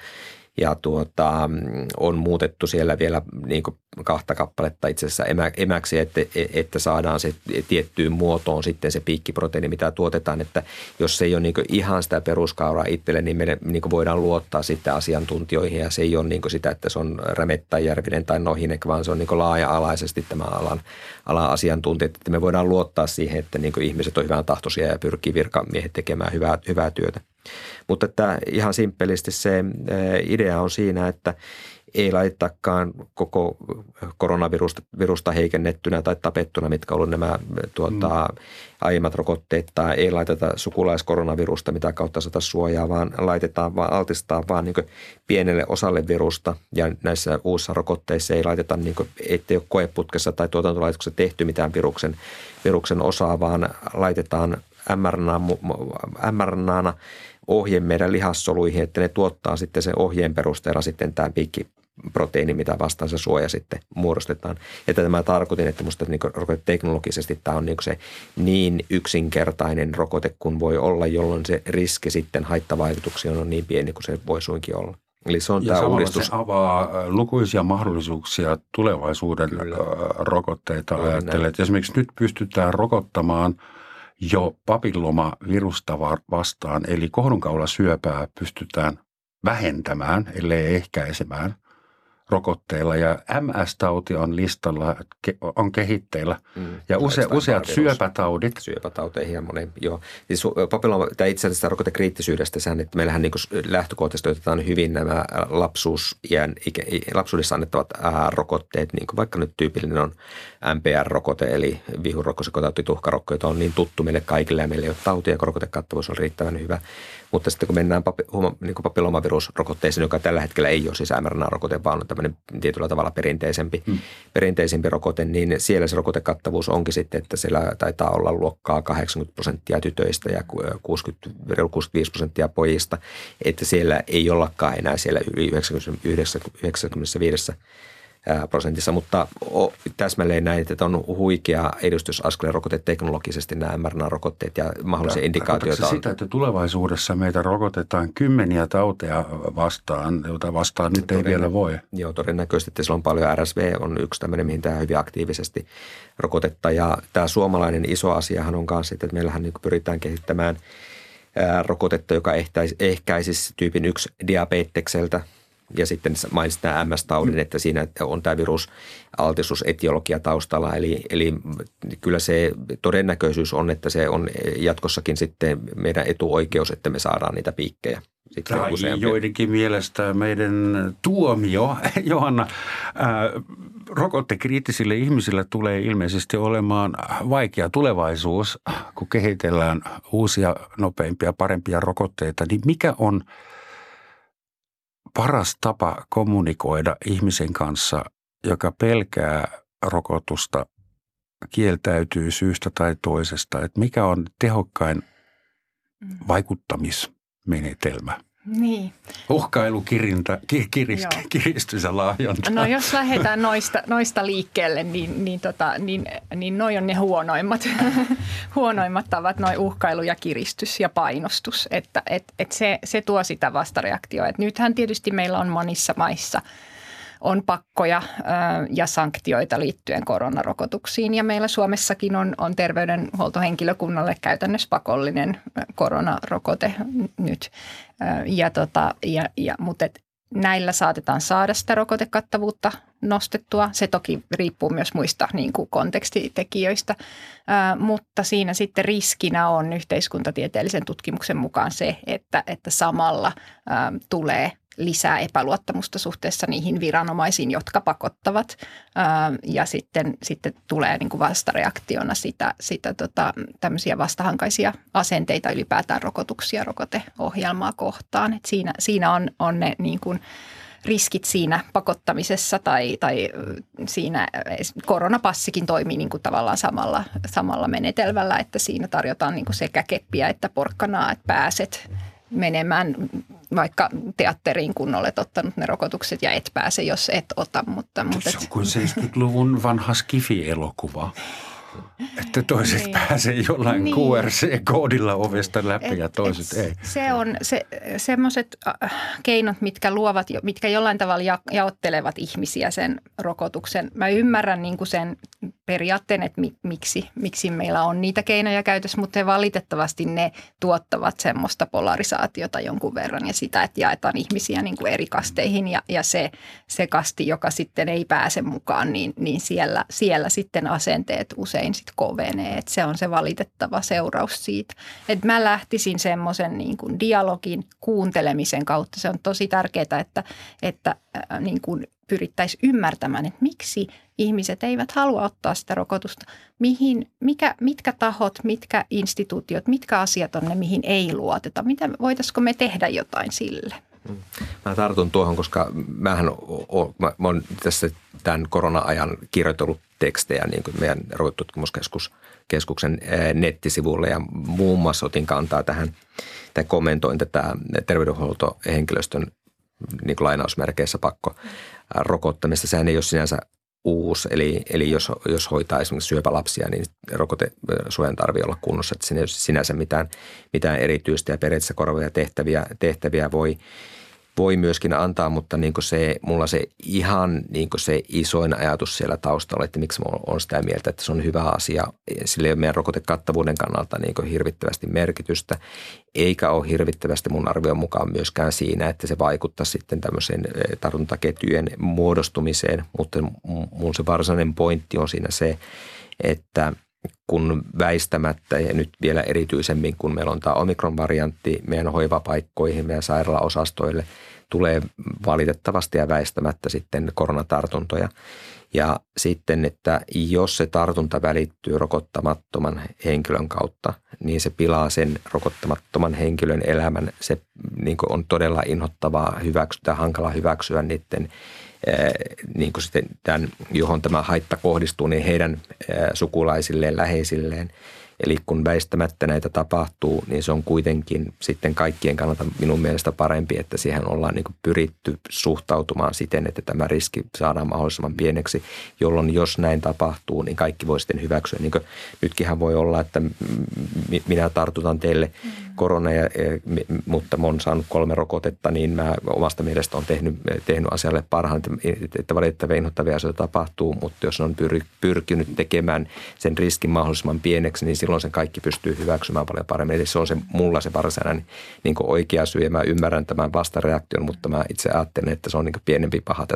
[SPEAKER 3] on muutettu siellä vielä niin kuin 2 kappaletta itse asiassa emäksi, että saadaan se tiettyyn muotoon sitten se piikkiproteiini, mitä tuotetaan, että jos se ei ole niin kuin ihan sitä peruskauraa itselle, niin me niin kuin voidaan luottaa sitten asiantuntijoihin ja se ei ole niin kuin sitä, että se on Rämet tai Järvinen tai Nohinek, vaan se on niin kuin laaja-alaisesti tämä alan asiantuntijat, että me voidaan luottaa siihen, että niin kuin ihmiset on hyvän tahtoisia ja pyrkii virkamiehet tekemään hyvää työtä. Mutta että ihan simppelisti se idea on siinä, että ei laitettakaan koko koronavirusta heikennettynä tai tapettuna, mitkä on ollut nämä aiemmat rokotteet, tai ei laiteta sukulaiskoronavirusta, mitä kautta saada suojaa, vaan altistetaan vaan niin kuin pienelle osalle virusta. Ja näissä uusissa rokotteissa ei laiteta, niin kuin, ettei ole koeputkessa tai tuotantolaitoksessa tehty mitään viruksen osaa, vaan laitetaan mRNAna ohje meidän lihassoluihin, että ne tuottaa sitten sen ohjeen perusteella sitten tämän piikkiproteiini, mitä vastaan se suoja sitten muodostetaan. Ja tätä mä tarkoitin, että musta niin rokoteteknologisesti tämä on se niin yksinkertainen rokote kuin voi olla, jolloin se riski sitten haittavaikutuksia on niin pieni kuin se voi suinkin olla. Eli se on
[SPEAKER 2] ja
[SPEAKER 3] tämä uudistus.
[SPEAKER 2] Se avaa lukuisia mahdollisuuksia tulevaisuuden rokotteita. Ajattelen, että esimerkiksi nyt pystytään rokottamaan jo papillomavirusta vastaan, eli kohdunkaulansyöpää pystytään vähentämään, ellei ehkäisemään rokotteilla. Ja MS-tauti on listalla, on kehitteillä. Ja useat syöpätaudit.
[SPEAKER 3] Syöpätauteihin ja monen, joo. Siis papilloma, tai itse asiassa rokotekriittisyydestä sehän, että meillähän niin lähtökohtaisesti otetaan hyvin nämä lapsuudessa annettavat rokotteet, niin kuin vaikka nyt tyypillinen on MPR-rokote, eli vihurokkosekotauti, tuhkarokko, jota on niin tuttu meille kaikille ja meillä ei ole tautia, kun rokotekattavuus on riittävän hyvä. Mutta sitten kun mennään niin papillomavirusrokotteeseen, joka tällä hetkellä ei ole siis mRNA-rokote, vaan on tämmöinen tietyllä tavalla perinteisempi rokote, niin siellä se rokotekattavuus onkin sitten, että siellä taitaa olla luokkaa 80% tytöistä ja 65% pojista, että siellä ei ollakaan enää siellä yli 95% mutta täsmälleen näin, että on huikea edistysaskel rokoteteknologisesti nämä mRNA-rokotteet ja mahdollisia indikaatioita on.
[SPEAKER 2] Sitä, että tulevaisuudessa meitä rokotetaan kymmeniä tauteja vastaan, joita vastaan nyt ei vielä voi?
[SPEAKER 3] Joo, todennäköisesti, että siellä on paljon RSV, on yksi tämmöinen, mihin tämä hyvin aktiivisesti rokotetta. Ja tämä suomalainen iso asiahan on kanssa, että meillähän niin pyritään kehittämään rokotetta, joka ehkäisisi tyypin 1 diabetekseltä. Ja sitten mainitsin tämä MS-taudin, että siinä on tämä virusaltistusetiologia taustalla. Eli kyllä se todennäköisyys on, että se on jatkossakin sitten meidän etuoikeus, että me saadaan niitä piikkejä.
[SPEAKER 2] Tai joidenkin mielestä meidän tuomio, Johanna, rokottekriittisille ihmisille tulee ilmeisesti olemaan vaikea tulevaisuus, kun kehitellään uusia, nopeimpia, parempia rokotteita. Niin mikä on paras tapa kommunikoida ihmisen kanssa, joka pelkää rokotusta, kieltäytyy syystä tai toisesta, että mikä on tehokkain vaikuttamismenetelmä?
[SPEAKER 4] Niin.
[SPEAKER 2] Uhkailu, kiristys ja lahjonta.
[SPEAKER 4] No jos lähdetään noista liikkeelle, niin noi on ne huonoimmat tavat, noi uhkailu ja kiristys ja painostus, että se tuo sitä vastareaktioa. Et nythän tietysti meillä on monissa maissa on pakkoja ja sanktioita liittyen koronarokotuksiin ja meillä Suomessakin on terveydenhuoltohenkilökunnalle käytännössä pakollinen koronarokote nyt. Mutta näillä saatetaan saada sitä rokotekattavuutta nostettua. Se toki riippuu myös muista niin kuin kontekstitekijöistä, mutta siinä sitten riskinä on yhteiskuntatieteellisen tutkimuksen mukaan se, että samalla tulee lisää epäluottamusta suhteessa niihin viranomaisiin, jotka pakottavat ja sitten tulee niin kuin vastareaktiona tämmöisiä vastahankaisia asenteita ylipäätään rokotuksia, rokoteohjelmaa kohtaan. Et siinä on ne niin kuin riskit siinä pakottamisessa tai siinä koronapassikin toimii niin kuin tavallaan samalla menetelmällä, että siinä tarjotaan niin kuin sekä keppiä että porkkanaa, että pääset menemään vaikka teatteriin, kun olet ottanut ne rokotukset ja et pääse, jos et ota.
[SPEAKER 2] Se on kuin 70-luvun vanha Skifi-elokuva, että toiset pääsee jollain QRC-koodilla ovesta läpi ja toiset ei.
[SPEAKER 4] Se on semmoiset keinot, mitkä jollain tavalla jaottelevat ihmisiä sen rokotuksen. Mä ymmärrän niin kuin sen periaatteen, että miksi meillä on niitä keinoja käytössä, mutta valitettavasti ne tuottavat semmoista polarisaatiota jonkun verran ja sitä, että jaetaan ihmisiä niin kuin eri kasteihin ja se kasti, joka sitten ei pääse mukaan, niin siellä sitten asenteet usein sitten kovenee. Että se on se valitettava seuraus siitä. Että mä lähtisin semmoisen niin kuin dialogin kuuntelemisen kautta. Se on tosi tärkeää, että niin kuin pyrittäisiin ymmärtämään, että miksi ihmiset eivät halua ottaa sitä rokotusta. Mitkä tahot, mitkä instituutiot, mitkä asiat on ne, mihin ei luoteta. Voitaisiko me tehdä jotain sille?
[SPEAKER 3] Mä tartun tuohon, koska mä oon tässä tämän korona-ajan kirjoitellut tekstejä niin kuin meidän rokotutkimuskeskuksen nettisivuille ja muun muassa otin kantaa tähän tai kommentoin tätä terveydenhuoltohenkilöstön niin kuin lainausmerkeissä pakko rokottamista. Sehän ei ole sinänsä uusi, eli jos hoitaa esimerkiksi syöpälapsia, niin rokotesuojan tarvitsee olla kunnossa, että siinä ei ole sinänsä mitään erityistä ja periaatteessa korvaavia tehtäviä voi myöskin antaa, mutta niin kuin mulla se ihan niin kuin se isoin ajatus siellä taustalla, että miksi mä oon sitä mieltä, että se on hyvä asia. Sillä ei ole meidän rokotekattavuuden kannalta niin kuin hirvittävästi merkitystä, eikä ole hirvittävästi mun arvion mukaan myöskään siinä, että se vaikuttaa sitten tämmöiseen tartuntaketjujen muodostumiseen, mutta mun se varsinainen pointti on siinä se, että kun väistämättä ja nyt vielä erityisemmin, kun meillä on tämä omikron-variantti meidän hoivapaikkoihin, meidän sairaalaosastoille, tulee valitettavasti ja väistämättä sitten koronatartuntoja. Ja sitten, että jos se tartunta välittyy rokottamattoman henkilön kautta, niin se pilaa sen rokottamattoman henkilön elämän. Se niin kuin on todella inhottavaa hankala hyväksyä niiden niin kuin sitten tämän, johon tämä haitta kohdistuu, niin heidän sukulaisilleen, läheisilleen. Eli kun väistämättä näitä tapahtuu, niin se on kuitenkin sitten kaikkien kannalta minun mielestä parempi, että siihen ollaan niin kuin pyritty suhtautumaan siten, että tämä riski saadaan mahdollisimman pieneksi, jolloin jos näin tapahtuu, niin kaikki voi sitten hyväksyä. Niin kuin nytkinhän voi olla, että minä tartutan teille korona, mutta mä oon saanut 3 rokotetta, niin mä omasta mielestä on tehnyt asialle parhaan, että valitettavia inhottavia asioita tapahtuu, mutta jos on pyrkinyt tekemään sen riskin mahdollisimman pieneksi, niin silloin sen kaikki pystyy hyväksymään paljon paremmin. Eli se on mulla se varsinainen niin kuin oikea syy ja mä ymmärrän tämän vastareaktion, mutta mä itse ajattelen, että se on niin kuin pienempi paha tässä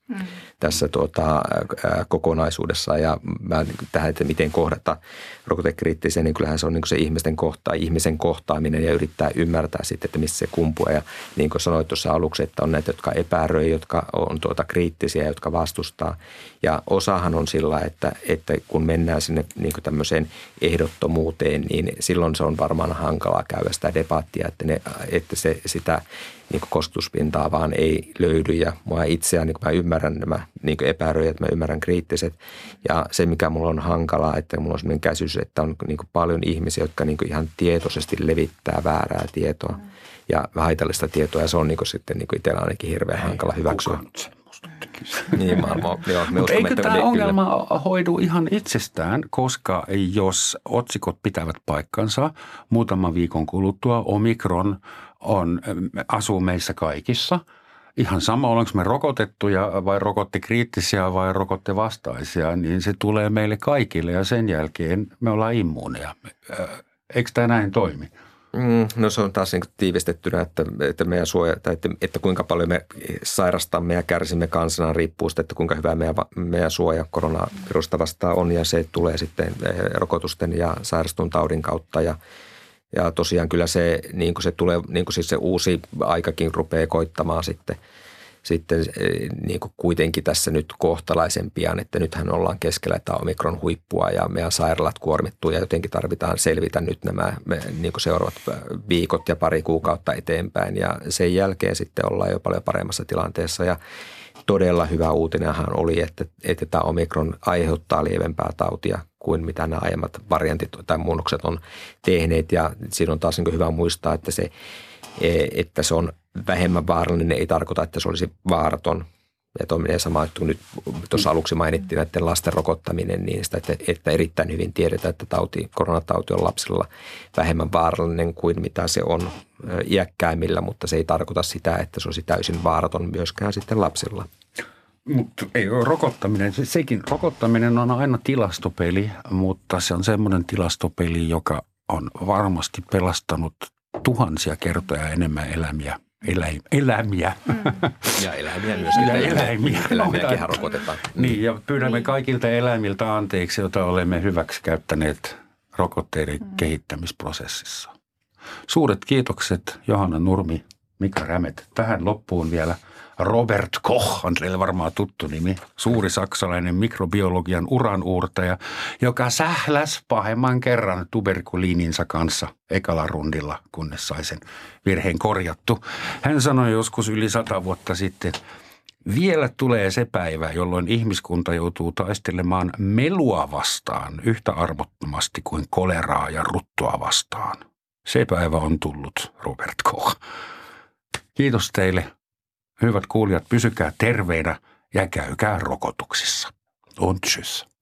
[SPEAKER 3] tässä kokonaisuudessa. Ja mä tähän, että miten kohdata rokotekriittisiä, niin kyllähän se on niin kuin se ihmisen kohtaaminen ja yrittää ymmärtää sitten, että missä se kumpuaa. Ja niin kuin sanoit tuossa aluksi, että on näitä, jotka epäröi, jotka on kriittisiä, jotka vastustaa. Ja osahan on sillä, että kun mennään sinne niin kuin tämmöiseen ehdottomuuteen, niin silloin se on varmaan hankalaa käydä sitä debattia, että sitä niin kuin kosketuspintaa vaan ei löydy. Ja mua itseään, niin mä ymmärrän nämä niin kuin epäröijät, mä ymmärrän kriittiset. Ja se, mikä mulla on hankalaa, että mulla on sellainen käsitys, että on niin kuin paljon ihmisiä, jotka niin kuin ihan tietoisesti levittää väärää tietoa ja haitallista tietoa. Ja se on niin kuin sitten niin kuin itsellä ainakin hirveän hankala hyväksyä. Niin,
[SPEAKER 2] mutta eikö tämä ongelma hoidu ihan itsestään, koska jos otsikot pitävät paikkansa muutaman viikon kuluttua, Omikron asuu meissä kaikissa. Ihan sama, ollaanko me rokotettuja vai rokottekriittisiä vai rokottevastaisia, niin se tulee meille kaikille ja sen jälkeen me ollaan immuuneja. Eikö tämä näin toimi?
[SPEAKER 3] No se on taas niin tiivistettynä, että meidän suoja, tai että kuinka paljon me sairastamme ja kärsimme kansana riippuu siitä, että kuinka hyvä meidän suoja koronavirusta vastaan on, ja se tulee sitten rokotusten ja sairastun taudin kautta. Ja tosiaan kyllä se, niin kuin se tulee, niin kuin siis se uusi aikakin rupeaa koittamaan sitten niin kuin kuitenkin tässä nyt kohtalaisen pian, että nythän ollaan keskellä tämä omikron huippua ja meidän sairaalat kuormittuu ja jotenkin tarvitaan selvitä nyt nämä niin kuin seuraavat viikot ja pari kuukautta eteenpäin, ja sen jälkeen sitten ollaan jo paljon paremmassa tilanteessa. Ja todella hyvä uutinenhan oli, että tämä omikron aiheuttaa lievempää tautia kuin mitä nämä aiemmat variantit tai muunnokset on tehneet, ja siinä on taas niin kuin hyvä muistaa, että se on vähemmän vaarallinen ei tarkoita, että se olisi vaaraton. Ja tuo menee sama, että kun nyt tuossa aluksi mainittiin näiden lasten rokottaminen, niin sitä, että erittäin hyvin tiedetään, että koronatauti on lapsilla vähemmän vaarallinen kuin mitä se on iäkkäimmillä, mutta se ei tarkoita sitä, että se olisi täysin vaaraton myöskään sitten lapsilla.
[SPEAKER 2] Mutta ei rokottaminen on aina tilastopeli, mutta se on semmoinen tilastopeli, joka on varmasti pelastanut tuhansia kertoja enemmän eläimiä.
[SPEAKER 3] Ja eläimiä myöskin.
[SPEAKER 2] Ja
[SPEAKER 3] eläimiäkin rokotetaan.
[SPEAKER 2] Niin, ja pyydämme kaikilta eläimiltä anteeksi, joita olemme hyväksi käyttäneet rokotteiden kehittämisprosessissa. Suuret kiitokset Johanna Nurmi, Mika Rämet. Tähän loppuun vielä Robert Koch, on teille varmaan tuttu nimi, suuri saksalainen mikrobiologian uranuurtaja, joka sähläsi pahemman kerran tuberkuliininsa kanssa ekalla rundilla, kunnes sai sen virheen korjattu. Hän sanoi joskus yli 100 vuotta sitten, vielä tulee se päivä, jolloin ihmiskunta joutuu taistelemaan melua vastaan yhtä armottomasti kuin koleraa ja ruttoa vastaan. Se päivä on tullut, Robert Koch. Kiitos teille. Hyvät kuulijat, pysykää terveinä ja käykää rokotuksissa. Und tschüss.